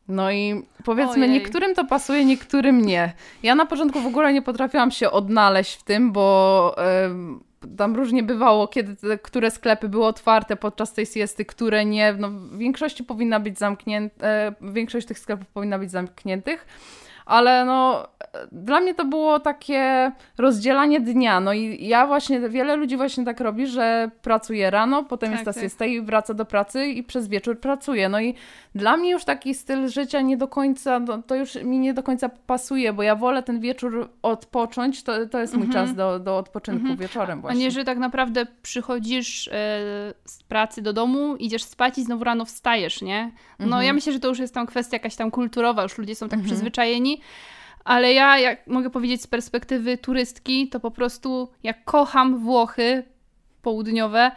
No i powiedzmy, Ojej. niektórym to pasuje, niektórym nie. Ja na początku w ogóle nie potrafiłam się odnaleźć w tym, bo y, tam różnie bywało, kiedy te, które sklepy były otwarte podczas tej siesty, które nie. No, w większości powinna być zamknięte, y, większość tych sklepów powinna być zamkniętych. Ale no, dla mnie to było takie rozdzielanie dnia. No i ja właśnie, wiele ludzi właśnie tak robi, że pracuje rano, potem tak, jest ta tak. siesta i wraca do pracy i przez wieczór pracuje. No i dla mnie już taki styl życia nie do końca, no, to już mi nie do końca pasuje, bo ja wolę ten wieczór odpocząć, to, to jest mój Mhm. czas do, do odpoczynku Mhm. wieczorem A właśnie. nie, że tak naprawdę przychodzisz e, z pracy do domu, idziesz spać i znowu rano wstajesz, nie? No Mhm. ja myślę, że to już jest tam kwestia jakaś tam kulturowa, już ludzie są tak Mhm. przyzwyczajeni, ale ja, jak mogę powiedzieć z perspektywy turystki, to po prostu ja kocham Włochy południowe,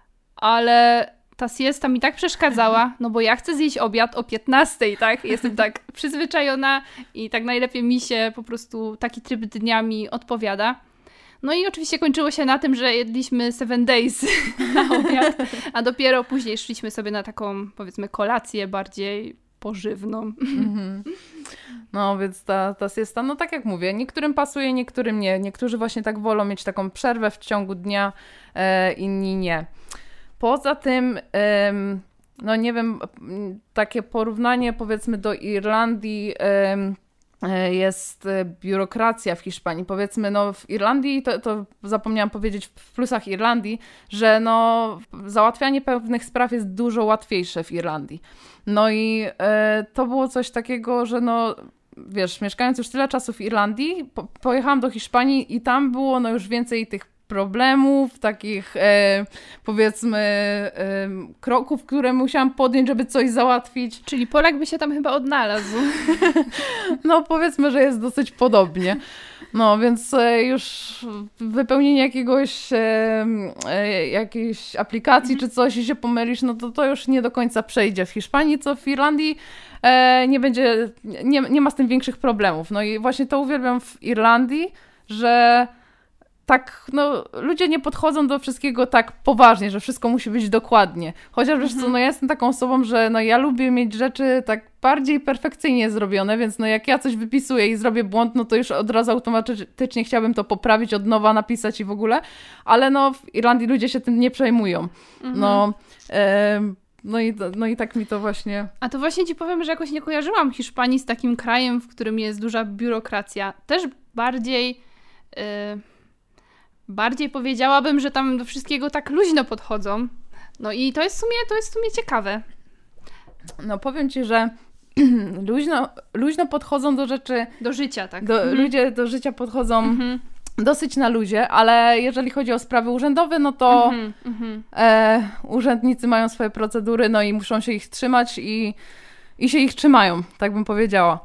ale ta siesta mi tak przeszkadzała, no bo ja chcę zjeść obiad o piętnastej, tak? Jestem tak przyzwyczajona i tak najlepiej mi się po prostu taki tryb dniami odpowiada. No i oczywiście kończyło się na tym, że jedliśmy seven days na obiad, a dopiero później szliśmy sobie na taką, powiedzmy, kolację bardziej pożywną. Mhm. No więc ta, ta siesta, no tak jak mówię, niektórym pasuje, niektórym nie. Niektórzy właśnie tak wolą mieć taką przerwę w ciągu dnia, e, inni nie. Poza tym, em, no nie wiem, m, takie porównanie powiedzmy do Irlandii em, e, jest e, biurokracja w Hiszpanii. Powiedzmy, no w Irlandii, to, to zapomniałam powiedzieć w plusach Irlandii, że no załatwianie pewnych spraw jest dużo łatwiejsze w Irlandii. No i e, to było coś takiego, że no wiesz, mieszkając już tyle czasu w Irlandii, po, pojechałam do Hiszpanii i tam było no już więcej tych problemów, takich e, powiedzmy e, kroków, które musiałam podjąć, żeby coś załatwić. Czyli Polak by się tam chyba odnalazł. No powiedzmy, że jest dosyć podobnie. No więc e, już wypełnienie jakiegoś e, e, jakiejś aplikacji Mhm. czy coś i się pomylisz, no to to już nie do końca przejdzie w Hiszpanii, co w Irlandii e, nie będzie, nie, nie ma z tym większych problemów. No i właśnie to uwielbiam w Irlandii, że tak, no, ludzie nie podchodzą do wszystkiego tak poważnie, że wszystko musi być dokładnie. Chociaż wiesz co, no ja jestem taką osobą, że no ja lubię mieć rzeczy tak bardziej perfekcyjnie zrobione, więc no jak ja coś wypisuję i zrobię błąd, no to już od razu automatycznie chciałabym to poprawić, od nowa napisać i w ogóle, ale no w Irlandii ludzie się tym nie przejmują. Mhm. No, e, no, i, no i tak mi to właśnie... A to właśnie ci powiem, że jakoś nie kojarzyłam Hiszpanii z takim krajem, w którym jest duża biurokracja. Też bardziej... Yy... Bardziej powiedziałabym, że tam do wszystkiego tak luźno podchodzą. No i to jest w sumie, to jest w sumie ciekawe. No powiem ci, że luźno, luźno podchodzą do rzeczy, Do życia, tak. do, Mhm. ludzie do życia podchodzą Mhm. dosyć na luzie, ale jeżeli chodzi o sprawy urzędowe, no to Mhm. Mhm. e, urzędnicy mają swoje procedury, no i muszą się ich trzymać i, i się ich trzymają, tak bym powiedziała.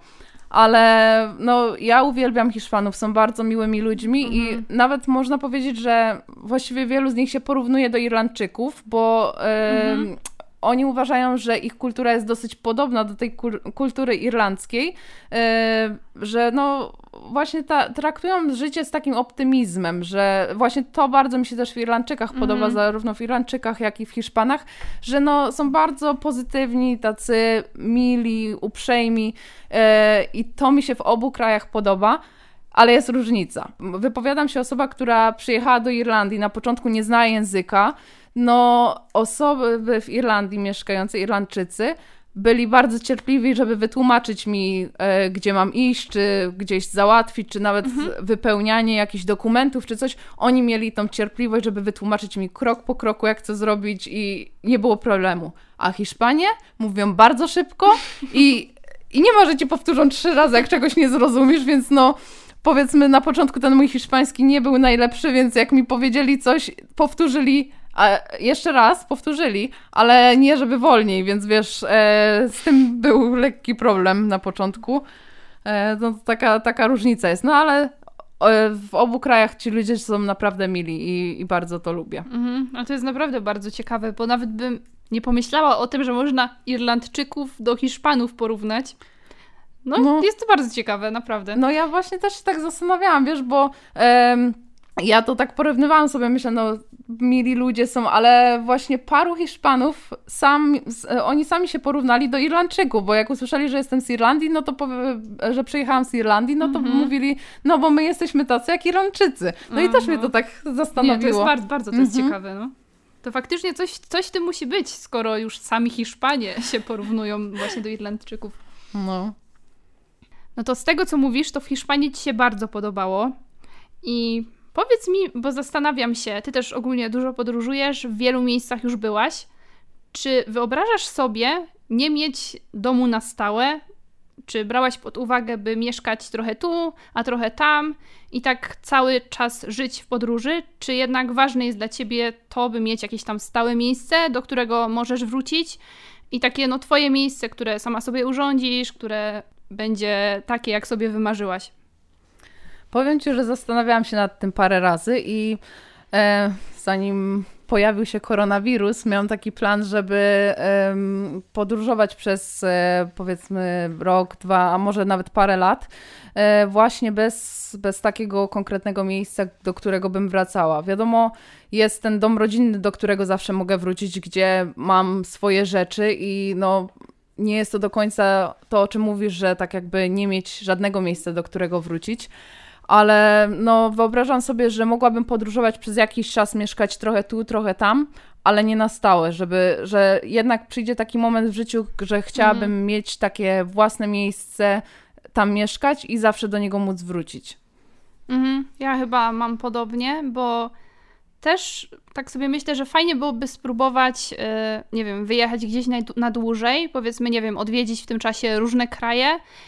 Ale no, ja uwielbiam Hiszpanów, są bardzo miłymi ludźmi Mhm. i nawet można powiedzieć, że właściwie wielu z nich się porównuje do Irlandczyków, bo e, Mhm. oni uważają, że ich kultura jest dosyć podobna do tej kul- kultury irlandzkiej, e, że no właśnie ta, traktują życie z takim optymizmem, że właśnie to bardzo mi się też w Irlandczykach Mhm. podoba, zarówno w Irlandczykach, jak i w Hiszpanach, że no są bardzo pozytywni, tacy mili, uprzejmi e, i to mi się w obu krajach podoba. Ale jest różnica. Wypowiadam się osoba, która przyjechała do Irlandii, na początku nie zna języka. No, osoby w Irlandii mieszkające, Irlandczycy, byli bardzo cierpliwi, żeby wytłumaczyć mi, e, gdzie mam iść, czy gdzieś załatwić, czy nawet Mhm. wypełnianie jakichś dokumentów, czy coś. Oni mieli tą cierpliwość, żeby wytłumaczyć mi krok po kroku, jak co zrobić i nie było problemu. A Hiszpanie mówią bardzo szybko i, i nie ma, że ci powtórzą trzy razy, jak czegoś nie zrozumiesz, więc no... Powiedzmy, na początku ten mój hiszpański nie był najlepszy, więc jak mi powiedzieli coś, powtórzyli, a jeszcze raz powtórzyli, ale nie żeby wolniej, więc wiesz, e, z tym był lekki problem na początku. E, no, taka, taka różnica jest, no ale e, w obu krajach ci ludzie są naprawdę mili i, i bardzo to lubię. Mhm. A to jest naprawdę bardzo ciekawe, bo nawet bym nie pomyślała o tym, że można Irlandczyków do Hiszpanów porównać. No, No. jest to bardzo ciekawe, naprawdę. No ja właśnie też się tak zastanawiałam, wiesz, bo em, ja to tak porównywałam sobie, myślę, no mili ludzie są, ale właśnie paru Hiszpanów, sam, oni sami się porównali do Irlandczyków, bo jak usłyszeli, że jestem z Irlandii, no to powie, że przyjechałam z Irlandii, no to mm-hmm. mówili, no bo my jesteśmy tacy jak Irlandczycy. No mm-hmm. i też mnie to tak zastanowiło. Nie, to jest bardzo, bardzo to jest mm-hmm. ciekawe, no. To faktycznie coś, coś w tym musi być, skoro już sami Hiszpanie się porównują właśnie do Irlandczyków. No. No to z tego, co mówisz, to w Hiszpanii ci się bardzo podobało i powiedz mi, bo zastanawiam się, ty też ogólnie dużo podróżujesz, w wielu miejscach już byłaś. Czy wyobrażasz sobie nie mieć domu na stałe? Czy brałaś pod uwagę, by mieszkać trochę tu, a trochę tam i tak cały czas żyć w podróży? Czy jednak ważne jest dla ciebie to, by mieć jakieś tam stałe miejsce, do którego możesz wrócić i takie no twoje miejsce, które sama sobie urządzisz, które będzie takie, jak sobie wymarzyłaś? Powiem ci, że zastanawiałam się nad tym parę razy i e, zanim pojawił się koronawirus, miałam taki plan, żeby e, podróżować przez e, powiedzmy rok, dwa, a może nawet parę lat, e, właśnie bez, bez takiego konkretnego miejsca, do którego bym wracała. Wiadomo, jest ten dom rodzinny, do którego zawsze mogę wrócić, gdzie mam swoje rzeczy i no nie jest to do końca to, o czym mówisz, że tak jakby nie mieć żadnego miejsca, do którego wrócić. Ale no wyobrażam sobie, że mogłabym podróżować przez jakiś czas, mieszkać trochę tu, trochę tam, ale nie na stałe, żeby, że jednak przyjdzie taki moment w życiu, że chciałabym mm. mieć takie własne miejsce, tam mieszkać i zawsze do niego móc wrócić. Mhm. Ja chyba mam podobnie, bo też tak sobie myślę, że fajnie byłoby spróbować, yy, nie wiem, wyjechać gdzieś na, na dłużej, powiedzmy, nie wiem, odwiedzić w tym czasie różne kraje.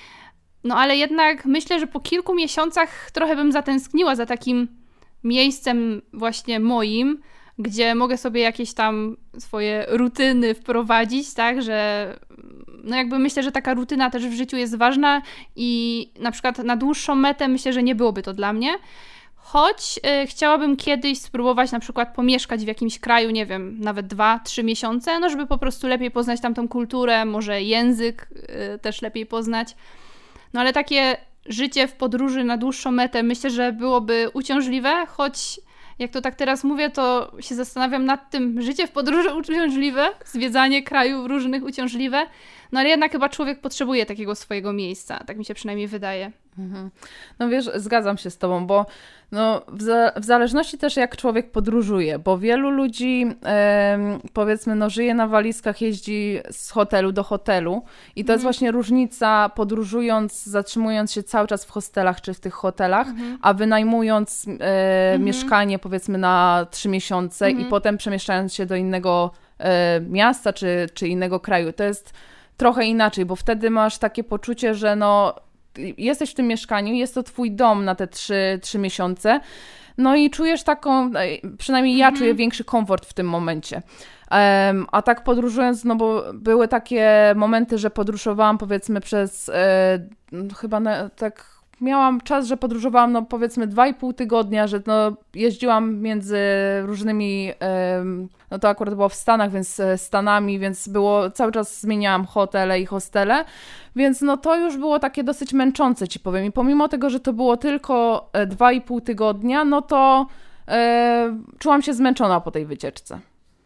No ale jednak myślę, że po kilku miesiącach trochę bym zatęskniła za takim miejscem właśnie moim, gdzie mogę sobie jakieś tam swoje rutyny wprowadzić, tak, że no jakby myślę, że taka rutyna też w życiu jest ważna i na przykład na dłuższą metę myślę, że nie byłoby to dla mnie. Choć y, chciałabym kiedyś spróbować na przykład pomieszkać w jakimś kraju, nie wiem, nawet dwa, trzy miesiące, no żeby po prostu lepiej poznać tamtą kulturę, może język y, też lepiej poznać. No ale takie życie w podróży na dłuższą metę myślę, że byłoby uciążliwe, choć jak to tak teraz mówię, to się zastanawiam nad tym, życie w podróży uciążliwe, zwiedzanie krajów różnych uciążliwe, no ale jednak chyba człowiek potrzebuje takiego swojego miejsca, tak mi się przynajmniej wydaje. Mhm. No wiesz, zgadzam się z tobą, bo no, w, za, w zależności też jak człowiek podróżuje, bo wielu ludzi e, powiedzmy no, żyje na walizkach, jeździ z hotelu do hotelu i to mhm. jest właśnie różnica podróżując, zatrzymując się cały czas w hostelach czy w tych hotelach, mhm. a wynajmując e, mhm. mieszkanie powiedzmy na trzy miesiące mhm. i potem przemieszczając się do innego e, miasta czy, czy innego kraju. To jest trochę inaczej, bo wtedy masz takie poczucie, że no jesteś w tym mieszkaniu, jest to twój dom na te trzy, trzy miesiące, no i czujesz taką, przynajmniej ja mm-hmm. czuję większy komfort w tym momencie. Um, a tak podróżując, no bo były takie momenty, że podróżowałam powiedzmy przez e, chyba na, tak miałam czas, że podróżowałam no powiedzmy dwa i pół tygodnia, że no jeździłam między różnymi, um, no to akurat było w Stanach, więc Stanami, więc było, cały czas zmieniałam hotele i hostele, więc no to już było takie dosyć męczące, ci powiem. I pomimo tego, że to było tylko dwa i pół tygodnia, no to e, czułam się zmęczona po tej wycieczce.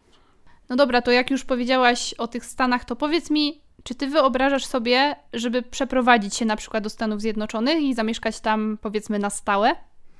No dobra, to jak już powiedziałaś o tych Stanach, to powiedz mi, czy ty wyobrażasz sobie, żeby przeprowadzić się na przykład do Stanów Zjednoczonych i zamieszkać tam, powiedzmy, na stałe?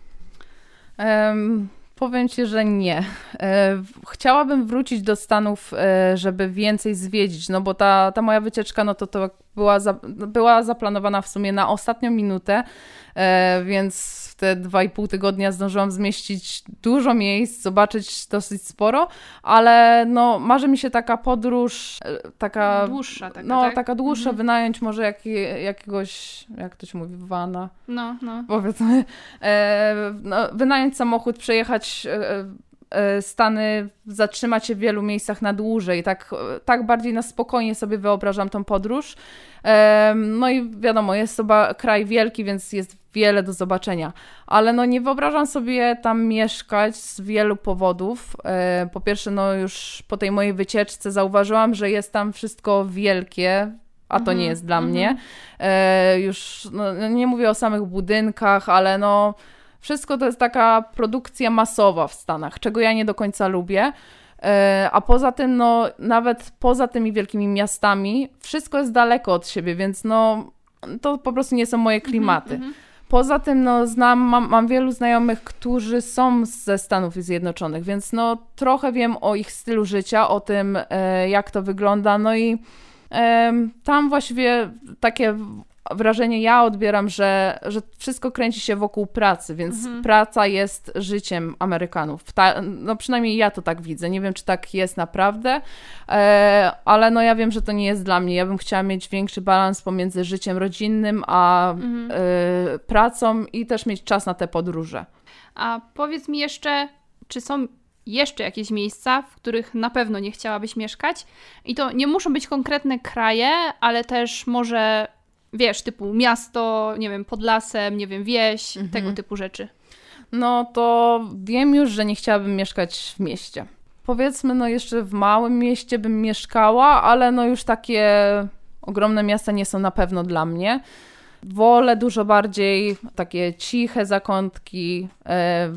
Um, powiem ci, że nie. E, chciałabym wrócić do Stanów, e, żeby więcej zwiedzić, no bo ta, ta moja wycieczka, no to, to była, za, była zaplanowana w sumie na ostatnią minutę, e, więc w te dwa i pół tygodnia zdążyłam zmieścić dużo miejsc, zobaczyć dosyć sporo, ale no marzy mi się taka podróż, taka dłuższa, taka, no tak? taka dłuższa, mhm. wynająć może jak, jakiegoś, jak to się mówi, vana, no, no. powiedzmy, e, no, wynająć samochód, przejechać e, Stany, zatrzymać się w wielu miejscach na dłużej, tak, tak bardziej na spokojnie sobie wyobrażam tą podróż. No i wiadomo, jest to kraj wielki, więc jest wiele do zobaczenia, ale no nie wyobrażam sobie tam mieszkać z wielu powodów. Po pierwsze, no już po tej mojej wycieczce zauważyłam, że jest tam wszystko wielkie, a to mm-hmm, nie jest dla mm-hmm. mnie. Już no, nie mówię o samych budynkach, ale no Wszystko to jest taka produkcja masowa w Stanach, czego ja nie do końca lubię. A poza tym, no nawet poza tymi wielkimi miastami, wszystko jest daleko od siebie, więc no to po prostu nie są moje klimaty. Mm-hmm. Poza tym, no znam, mam, mam wielu znajomych, którzy są ze Stanów Zjednoczonych, więc no trochę wiem o ich stylu życia, o tym, e, jak to wygląda, no i e, tam właściwie takie wrażenie ja odbieram, że, że wszystko kręci się wokół pracy, więc mhm. praca jest życiem Amerykanów. Ta, no przynajmniej ja to tak widzę. Nie wiem, czy tak jest naprawdę, e, ale no ja wiem, że to nie jest dla mnie. Ja bym chciała mieć większy balans pomiędzy życiem rodzinnym a mhm. e, pracą i też mieć czas na te podróże. A powiedz mi jeszcze, czy są jeszcze jakieś miejsca, w których na pewno nie chciałabyś mieszkać? I to nie muszą być konkretne kraje, ale też może... Wiesz, typu miasto, nie wiem, pod lasem, nie wiem, wieś, mhm. tego typu rzeczy. No to wiem już, że nie chciałabym mieszkać w mieście. Powiedzmy, no jeszcze w małym mieście bym mieszkała, ale no już takie ogromne miasta nie są na pewno dla mnie. Wolę dużo bardziej takie ciche zakątki, e,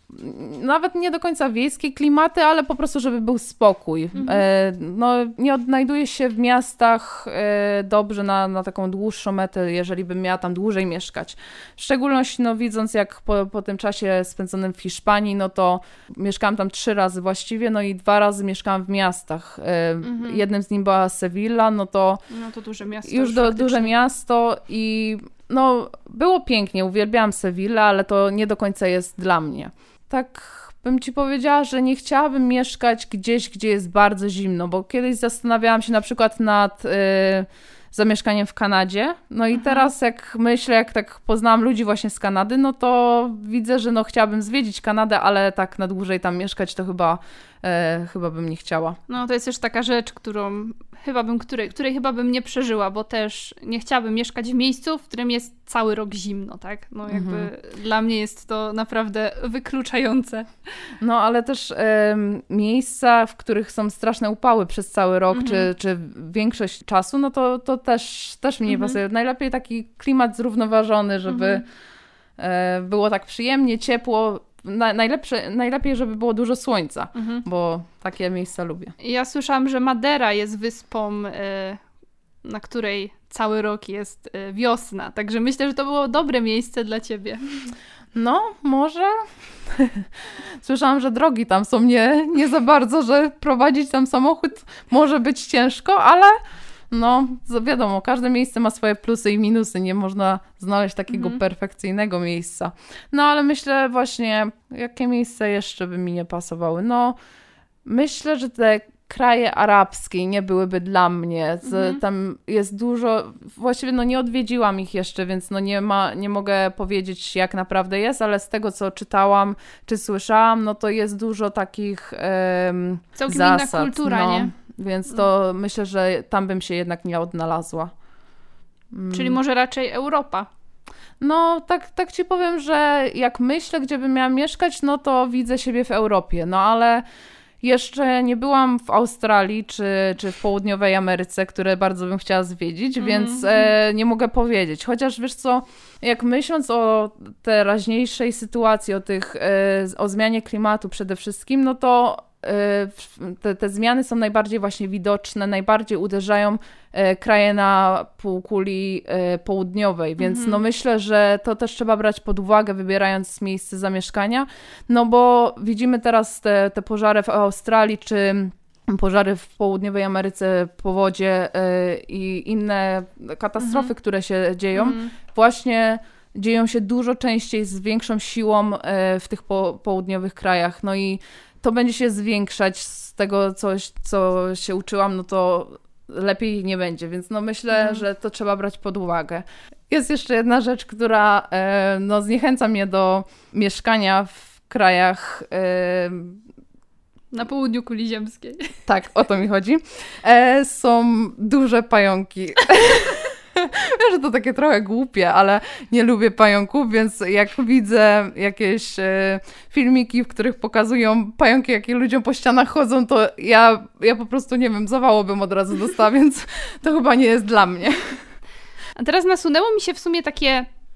nawet nie do końca wiejskie klimaty, ale po prostu, żeby był spokój. Mhm. E, no, nie odnajduję się w miastach e, dobrze na, na taką dłuższą metę, jeżeli bym miała tam dłużej mieszkać. W szczególności, no, widząc jak po, po tym czasie spędzonym w Hiszpanii, no to mieszkałam tam trzy razy właściwie, no i dwa razy mieszkałam w miastach. E, mhm. Jednym z nich była Sevilla, no to... No to duże miasto. Już, już do, duże miasto i no, było pięknie, uwielbiałam Sevillę, ale to nie do końca jest dla mnie. Tak bym ci powiedziała, że nie chciałabym mieszkać gdzieś, gdzie jest bardzo zimno, bo kiedyś zastanawiałam się na przykład nad y, zamieszkaniem w Kanadzie, no i mhm. teraz jak myślę, jak tak poznałam ludzi właśnie z Kanady, no to widzę, że no chciałabym zwiedzić Kanadę, ale tak na dłużej tam mieszkać to chyba, y, chyba bym nie chciała. No to jest też taka rzecz, którą chyba bym, której, której chyba bym nie przeżyła, bo też nie chciałabym mieszkać w miejscu, w którym jest cały rok zimno, tak? No jakby mhm. dla mnie jest to naprawdę wykluczające. No ale też y, miejsca, w których są straszne upały przez cały rok, mhm. czy, czy większość czasu, no to, to też, też mi nie mhm. pasuje. Najlepiej taki klimat zrównoważony, żeby mhm. y, było tak przyjemnie, ciepło. Na, najlepsze, najlepiej, żeby było dużo słońca, mhm. bo takie miejsca lubię. Ja słyszałam, że Madera jest wyspą, y, na której cały rok jest y, wiosna, także myślę, że to było dobre miejsce dla ciebie. No, może. Słyszałam, że drogi tam są nie, nie za bardzo, że prowadzić tam samochód może być ciężko, ale no wiadomo, każde miejsce ma swoje plusy i minusy, nie można znaleźć takiego mhm. perfekcyjnego miejsca. No ale myślę właśnie, jakie miejsca jeszcze by mi nie pasowały. No myślę, że te kraje arabskie nie byłyby dla mnie. Z, mhm. Tam jest dużo, właściwie no nie odwiedziłam ich jeszcze, więc no nie ma, nie mogę powiedzieć jak naprawdę jest, ale z tego co czytałam czy słyszałam, no to jest dużo takich um, całkiem zasad. Inna kultura, no. nie? Więc to myślę, że tam bym się jednak nie odnalazła. Czyli może raczej Europa? No, tak, tak ci powiem, że jak myślę, gdzie bym miała mieszkać, no to widzę siebie w Europie. No ale jeszcze nie byłam w Australii czy, czy w Południowej Ameryce, które bardzo bym chciała zwiedzić, mm. więc e, nie mogę powiedzieć. Chociaż wiesz co, jak myśląc o teraźniejszej sytuacji, o tych, e, o zmianie klimatu przede wszystkim, no to Te, te zmiany są najbardziej właśnie widoczne, najbardziej uderzają e, kraje na półkuli e, południowej, więc mm-hmm. no myślę, że to też trzeba brać pod uwagę, wybierając miejsce zamieszkania, no bo widzimy teraz te, te pożary w Australii, czy pożary w Południowej Ameryce, powodzie e, i inne katastrofy, mm-hmm. które się dzieją, mm-hmm. właśnie dzieją się dużo częściej, z większą siłą e, w tych po, południowych krajach, no i to będzie się zwiększać z tego, coś, co się uczyłam, no to lepiej nie będzie, więc no myślę, mhm. że to trzeba brać pod uwagę. Jest jeszcze jedna rzecz, która e, no zniechęca mnie do mieszkania w krajach... E, na południu kuli ziemskiej. Tak, o to mi chodzi. E, są duże pająki. Wiem, że to takie trochę głupie, ale nie lubię pająków, więc jak widzę jakieś e, filmiki, w których pokazują pająki, jakie ludziom po ścianach chodzą, to ja, ja po prostu, nie wiem, zawało bym od razu dostała, więc to chyba nie jest dla mnie. A teraz nasunęło mi się w sumie takie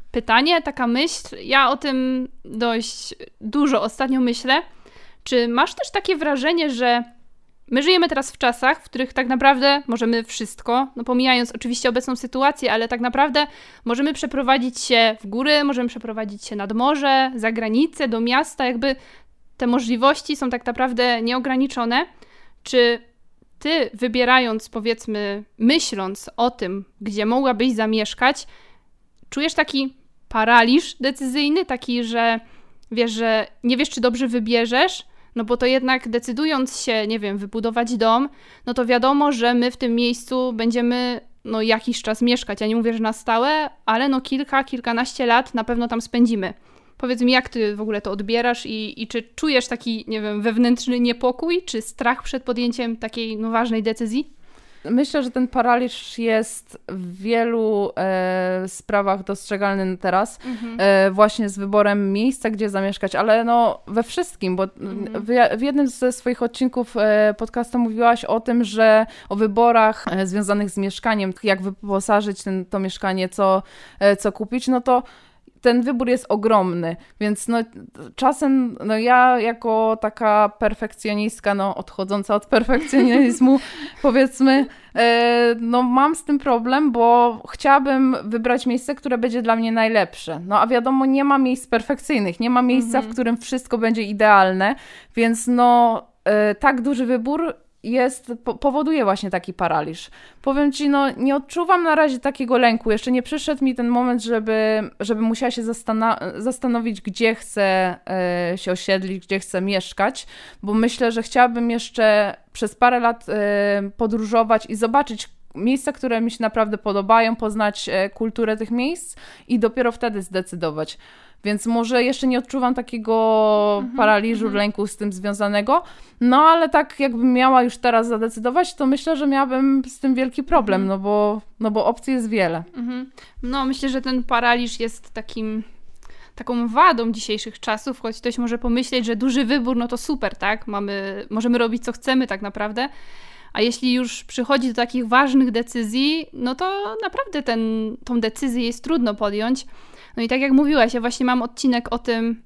pytanie, taka myśl, ja o tym dość dużo ostatnio myślę. Czy masz też takie wrażenie, że my żyjemy teraz w czasach, w których tak naprawdę możemy wszystko, no pomijając oczywiście obecną sytuację, ale tak naprawdę możemy przeprowadzić się w góry, możemy przeprowadzić się nad morze, za granicę, do miasta, jakby te możliwości są tak naprawdę nieograniczone. Czy ty, wybierając, powiedzmy, myśląc o tym, gdzie mogłabyś zamieszkać, czujesz taki paraliż decyzyjny, taki, że wiesz, że nie wiesz, czy dobrze wybierzesz, no bo to jednak decydując się, nie wiem, wybudować dom, no to wiadomo, że my w tym miejscu będziemy no jakiś czas mieszkać. Ja nie mówię, że na stałe, ale no kilka, kilkanaście lat na pewno tam spędzimy. Powiedz mi, jak ty w ogóle to odbierasz i, i czy czujesz taki, nie wiem, wewnętrzny niepokój, czy strach przed podjęciem takiej no, ważnej decyzji? Myślę, że ten paraliż jest w wielu e, sprawach dostrzegalny teraz, mhm. e, właśnie z wyborem miejsca, gdzie zamieszkać, ale no we wszystkim, bo mhm. w, w jednym ze swoich odcinków e, podcastu mówiłaś o tym, że o wyborach e, związanych z mieszkaniem, jak wyposażyć ten, to mieszkanie, co, e, co kupić, no to ten wybór jest ogromny, więc no czasem, no ja jako taka perfekcjonistka, no odchodząca od perfekcjonizmu, powiedzmy, e, no mam z tym problem, bo chciałabym wybrać miejsce, które będzie dla mnie najlepsze. No a wiadomo, nie ma miejsc perfekcyjnych, nie ma miejsca, mhm. w którym wszystko będzie idealne, więc no e, tak duży wybór jest, po, powoduje właśnie taki paraliż. Powiem ci, no nie odczuwam na razie takiego lęku. Jeszcze nie przyszedł mi ten moment, żeby, żeby musiała się zastana- zastanowić, gdzie chcę e, się osiedlić, gdzie chcę mieszkać, bo myślę, że chciałabym jeszcze przez parę lat e, podróżować i zobaczyć miejsca, które mi się naprawdę podobają, poznać e, kulturę tych miejsc i dopiero wtedy zdecydować. Więc może jeszcze nie odczuwam takiego mm-hmm, paraliżu, mm-hmm. lęku z tym związanego, no ale tak jakbym miała już teraz zadecydować, to myślę, że miałabym z tym wielki problem, mm-hmm. no, bo, no bo opcji jest wiele. Mm-hmm. No myślę, że ten paraliż jest takim, taką wadą dzisiejszych czasów, choć ktoś może pomyśleć, że duży wybór, no to super, tak? Mamy, możemy robić co chcemy tak naprawdę, a jeśli już przychodzi do takich ważnych decyzji, no to naprawdę ten, tą decyzję jest trudno podjąć. No i tak jak mówiłaś, ja właśnie mam odcinek o tym,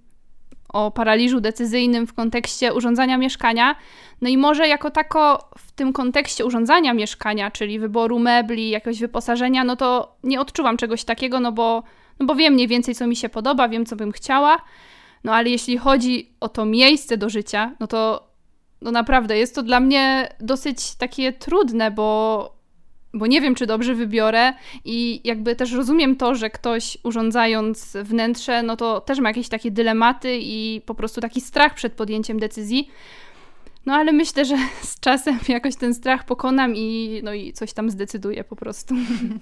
o paraliżu decyzyjnym w kontekście urządzania mieszkania. No i może jako tako w tym kontekście urządzania mieszkania, czyli wyboru mebli, jakiegoś wyposażenia, no to nie odczuwam czegoś takiego, no bo, no bo wiem mniej więcej, co mi się podoba, wiem, co bym chciała. No ale jeśli chodzi o to miejsce do życia, no to no naprawdę jest to dla mnie dosyć takie trudne, bo... bo nie wiem, czy dobrze wybiorę i jakby też rozumiem to, że ktoś urządzając wnętrze, no to też ma jakieś takie dylematy i po prostu taki strach przed podjęciem decyzji. No ale myślę, że z czasem jakoś ten strach pokonam i no i coś tam zdecyduję po prostu.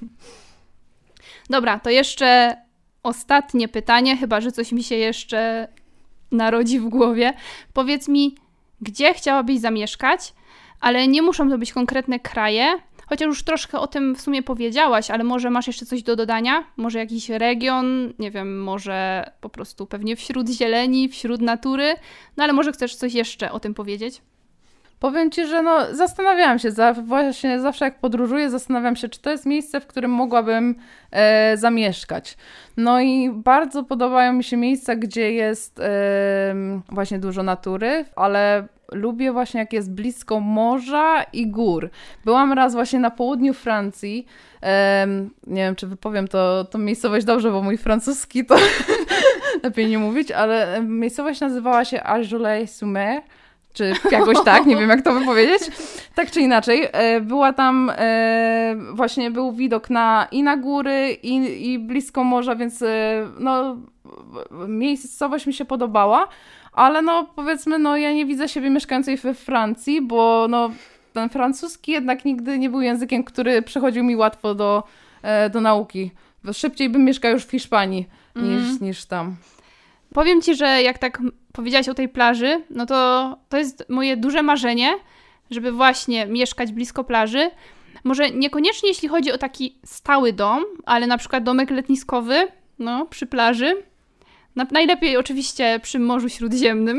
Dobra, to jeszcze ostatnie pytanie, chyba że coś mi się jeszcze narodzi w głowie. Powiedz mi, gdzie chciałabyś zamieszkać, ale nie muszą to być konkretne kraje, chociaż już troszkę o tym w sumie powiedziałaś, ale może masz jeszcze coś do dodania? Może jakiś region, nie wiem, może po prostu pewnie wśród zieleni, wśród natury, no ale może chcesz coś jeszcze o tym powiedzieć? Powiem ci, że no zastanawiałam się, za, właśnie zawsze jak podróżuję, zastanawiam się, czy to jest miejsce, w którym mogłabym e, zamieszkać. No i bardzo podobają mi się miejsca, gdzie jest e, właśnie dużo natury, ale lubię właśnie jak jest blisko morza i gór. Byłam raz właśnie na południu Francji, e, nie wiem, czy wypowiem to, to miejscowość dobrze, bo mój francuski to lepiej nie mówić, ale miejscowość nazywała się Argelès-sur-Mer, czy jakoś tak, nie wiem jak to wypowiedzieć. Tak czy inaczej, była tam, właśnie był widok na, i na góry, i, i blisko morza, więc no, miejscowość mi się podobała, ale no powiedzmy, no ja nie widzę siebie mieszkającej we Francji, bo no ten francuski jednak nigdy nie był językiem, który przychodził mi łatwo do, do nauki. Szybciej bym mieszkała już w Hiszpanii niż, mm. niż tam. Powiem ci, że jak tak powiedziałaś o tej plaży, no to to jest moje duże marzenie, żeby właśnie mieszkać blisko plaży. Może niekoniecznie jeśli chodzi o taki stały dom, ale na przykład domek letniskowy, no, przy plaży. Na, najlepiej oczywiście przy Morzu Śródziemnym.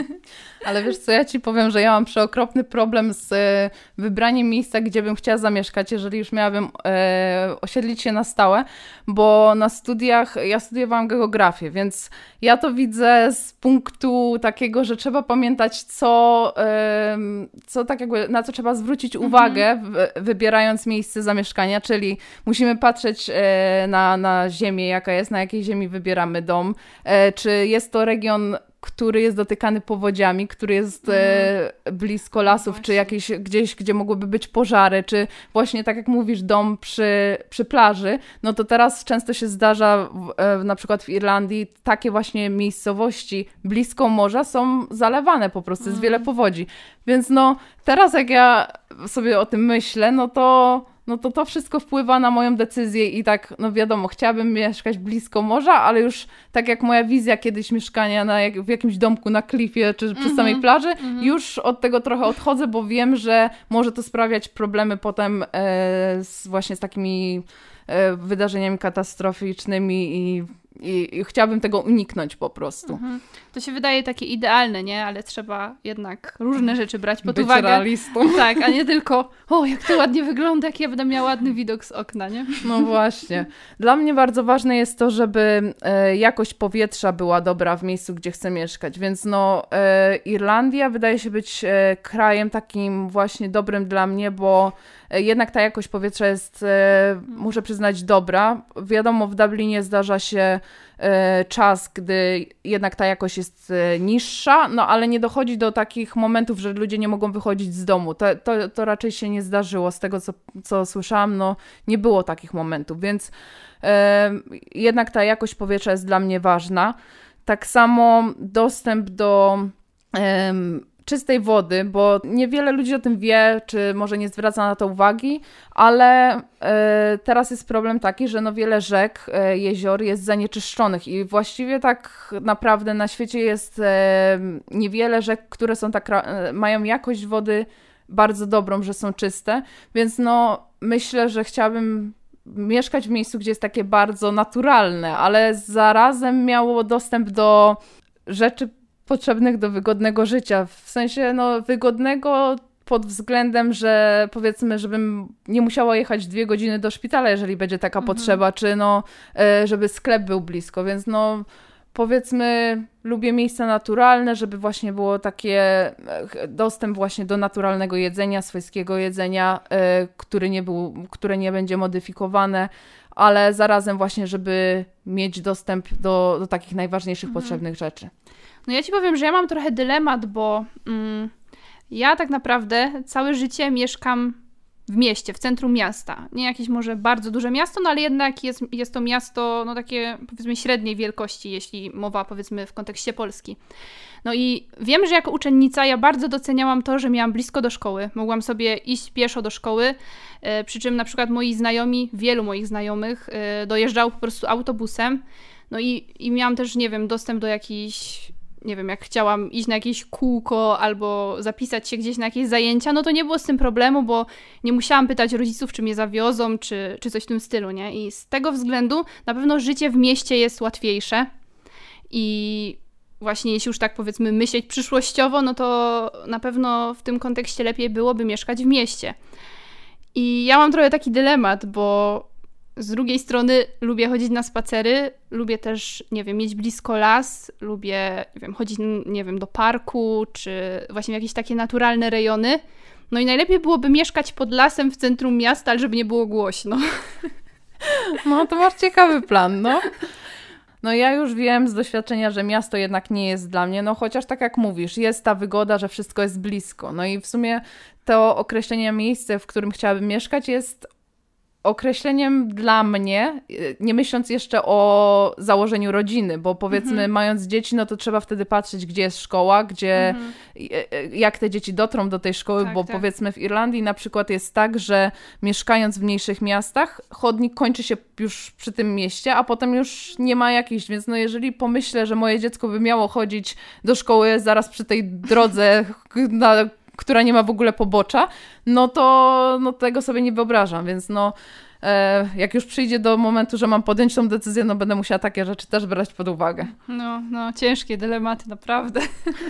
Ale wiesz co, ja ci powiem, że ja mam przeokropny problem z e, wybraniem miejsca, gdzie bym chciała zamieszkać, jeżeli już miałabym e, osiedlić się na stałe, bo na studiach, ja studiowałam geografię, więc ja to widzę z punktu takiego, że trzeba pamiętać, co, e, co tak jakby, na co trzeba zwrócić mhm. uwagę, w, wybierając miejsce zamieszkania, czyli musimy patrzeć e, na, na ziemię, jaka jest, na jakiej ziemi wybieramy dom, e, czy jest to region, który jest dotykany powodziami, który jest mm. e, blisko lasów, właśnie. Czy jakieś, gdzieś, gdzie mogłyby być pożary, czy właśnie tak jak mówisz, dom przy, przy plaży, no to teraz często się zdarza, w, e, na przykład w Irlandii, takie właśnie miejscowości blisko morza są zalewane po prostu, mm. jest wiele powodzi. Więc no teraz jak ja sobie o tym myślę, no to no to to wszystko wpływa na moją decyzję i tak, no wiadomo, chciałabym mieszkać blisko morza, ale już tak jak moja wizja kiedyś mieszkania na jak, w jakimś domku na klifie czy przy mm-hmm, samej plaży, mm-hmm. już od tego trochę odchodzę, bo wiem, że może to sprawiać problemy potem e, z, właśnie z takimi e, wydarzeniami katastroficznymi i I, I chciałabym tego uniknąć po prostu. Mhm. To się wydaje takie idealne, nie? Ale trzeba jednak różne rzeczy brać pod Być uwagę. realistą. Tak, a nie tylko o, jak to ładnie wygląda, jak ja będę miała ładny widok z okna, nie? No właśnie. Dla mnie bardzo ważne jest to, żeby e, jakość powietrza była dobra w miejscu, gdzie chcę mieszkać. Więc no e, Irlandia wydaje się być e, krajem takim właśnie dobrym dla mnie, bo e, jednak ta jakość powietrza jest, e, muszę przyznać, dobra. Wiadomo, w Dublinie zdarza się czas, gdy jednak ta jakość jest niższa, no ale nie dochodzi do takich momentów, że ludzie nie mogą wychodzić z domu. To, to, to raczej się nie zdarzyło. Z tego, co, co słyszałam, no nie było takich momentów, więc e, jednak ta jakość powietrza jest dla mnie ważna. Tak samo dostęp do e, czystej wody, bo niewiele ludzi o tym wie, czy może nie zwraca na to uwagi, ale e, teraz jest problem taki, że no wiele rzek, e, jezior jest zanieczyszczonych i właściwie tak naprawdę na świecie jest e, niewiele rzek, które są tak, e, mają jakość wody bardzo dobrą, że są czyste, więc no myślę, że chciałabym mieszkać w miejscu, gdzie jest takie bardzo naturalne, ale zarazem miało dostęp do rzeczy potrzebnych do wygodnego życia, w sensie no wygodnego pod względem, że powiedzmy, żebym nie musiała jechać dwie godziny do szpitala, jeżeli będzie taka mhm. potrzeba, czy no, żeby sklep był blisko, więc no powiedzmy, lubię miejsca naturalne, żeby właśnie było takie dostęp właśnie do naturalnego jedzenia, swojskiego jedzenia, który nie był, które nie będzie modyfikowane, ale zarazem właśnie, żeby mieć dostęp do, do takich najważniejszych mhm. potrzebnych rzeczy. No ja ci powiem, że ja mam trochę dylemat, bo mm, ja tak naprawdę całe życie mieszkam w mieście, w centrum miasta. Nie jakieś może bardzo duże miasto, no ale jednak jest, jest to miasto no takie powiedzmy średniej wielkości, jeśli mowa powiedzmy w kontekście Polski. No i wiem, że jako uczennica ja bardzo doceniałam to, że miałam blisko do szkoły. Mogłam sobie iść pieszo do szkoły, yy, przy czym na przykład moi znajomi, wielu moich znajomych yy, dojeżdżało po prostu autobusem. No i, i miałam też, nie wiem, dostęp do jakichś nie wiem, jak chciałam iść na jakieś kółko albo zapisać się gdzieś na jakieś zajęcia, no to nie było z tym problemu, bo nie musiałam pytać rodziców, czy mnie zawiozą, czy, czy coś w tym stylu, nie? I z tego względu na pewno życie w mieście jest łatwiejsze i właśnie jeśli już tak powiedzmy myśleć przyszłościowo, no to na pewno w tym kontekście lepiej byłoby mieszkać w mieście. I ja mam trochę taki dylemat, bo z drugiej strony lubię chodzić na spacery, lubię też, nie wiem, mieć blisko las, lubię, nie wiem, chodzić, nie wiem, do parku, czy właśnie w jakieś takie naturalne rejony. No i najlepiej byłoby mieszkać pod lasem w centrum miasta, ale żeby nie było głośno. No to masz ciekawy plan, no. No ja już wiem z doświadczenia, że miasto jednak nie jest dla mnie, no chociaż tak jak mówisz, jest ta wygoda, że wszystko jest blisko. No i w sumie to określenie miejsca, w którym chciałabym mieszkać, jest określeniem dla mnie, nie myśląc jeszcze o założeniu rodziny, bo powiedzmy mhm. mając dzieci, no to trzeba wtedy patrzeć, gdzie jest szkoła, gdzie mhm. jak te dzieci dotrą do tej szkoły, tak, bo tak. powiedzmy w Irlandii na przykład jest tak, że mieszkając w mniejszych miastach, chodnik kończy się już przy tym mieście, a potem już nie ma jakichś, więc no jeżeli pomyślę, że moje dziecko by miało chodzić do szkoły zaraz przy tej drodze na która nie ma w ogóle pobocza, no to no tego sobie nie wyobrażam, więc no e, jak już przyjdzie do momentu, że mam podjąć tą decyzję, no będę musiała takie rzeczy też brać pod uwagę. No, no, ciężkie dylematy, naprawdę.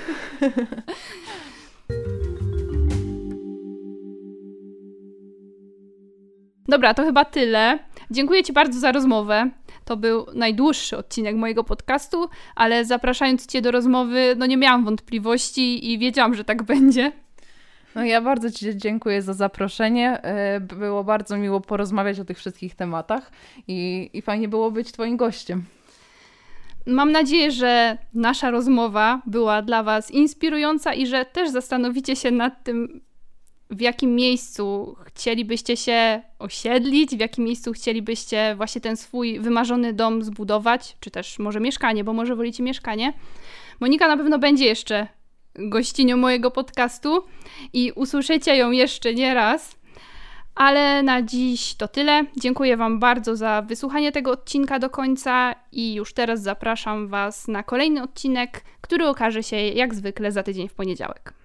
Dobra, to chyba tyle. Dziękuję Ci bardzo za rozmowę. To był najdłuższy odcinek mojego podcastu, ale zapraszając Cię do rozmowy, no nie miałam wątpliwości i wiedziałam, że tak będzie. No ja bardzo Ci dziękuję za zaproszenie. Było bardzo miło porozmawiać o tych wszystkich tematach i, i fajnie było być Twoim gościem. Mam nadzieję, że nasza rozmowa była dla Was inspirująca i że też zastanowicie się nad tym, w jakim miejscu chcielibyście się osiedlić, w jakim miejscu chcielibyście właśnie ten swój wymarzony dom zbudować, czy też może mieszkanie, bo może wolicie mieszkanie. Monika na pewno będzie jeszcze gościnią mojego podcastu i usłyszycie ją jeszcze nie raz. Ale na dziś to tyle. Dziękuję Wam bardzo za wysłuchanie tego odcinka do końca i już teraz zapraszam Was na kolejny odcinek, który okaże się jak zwykle za tydzień w poniedziałek.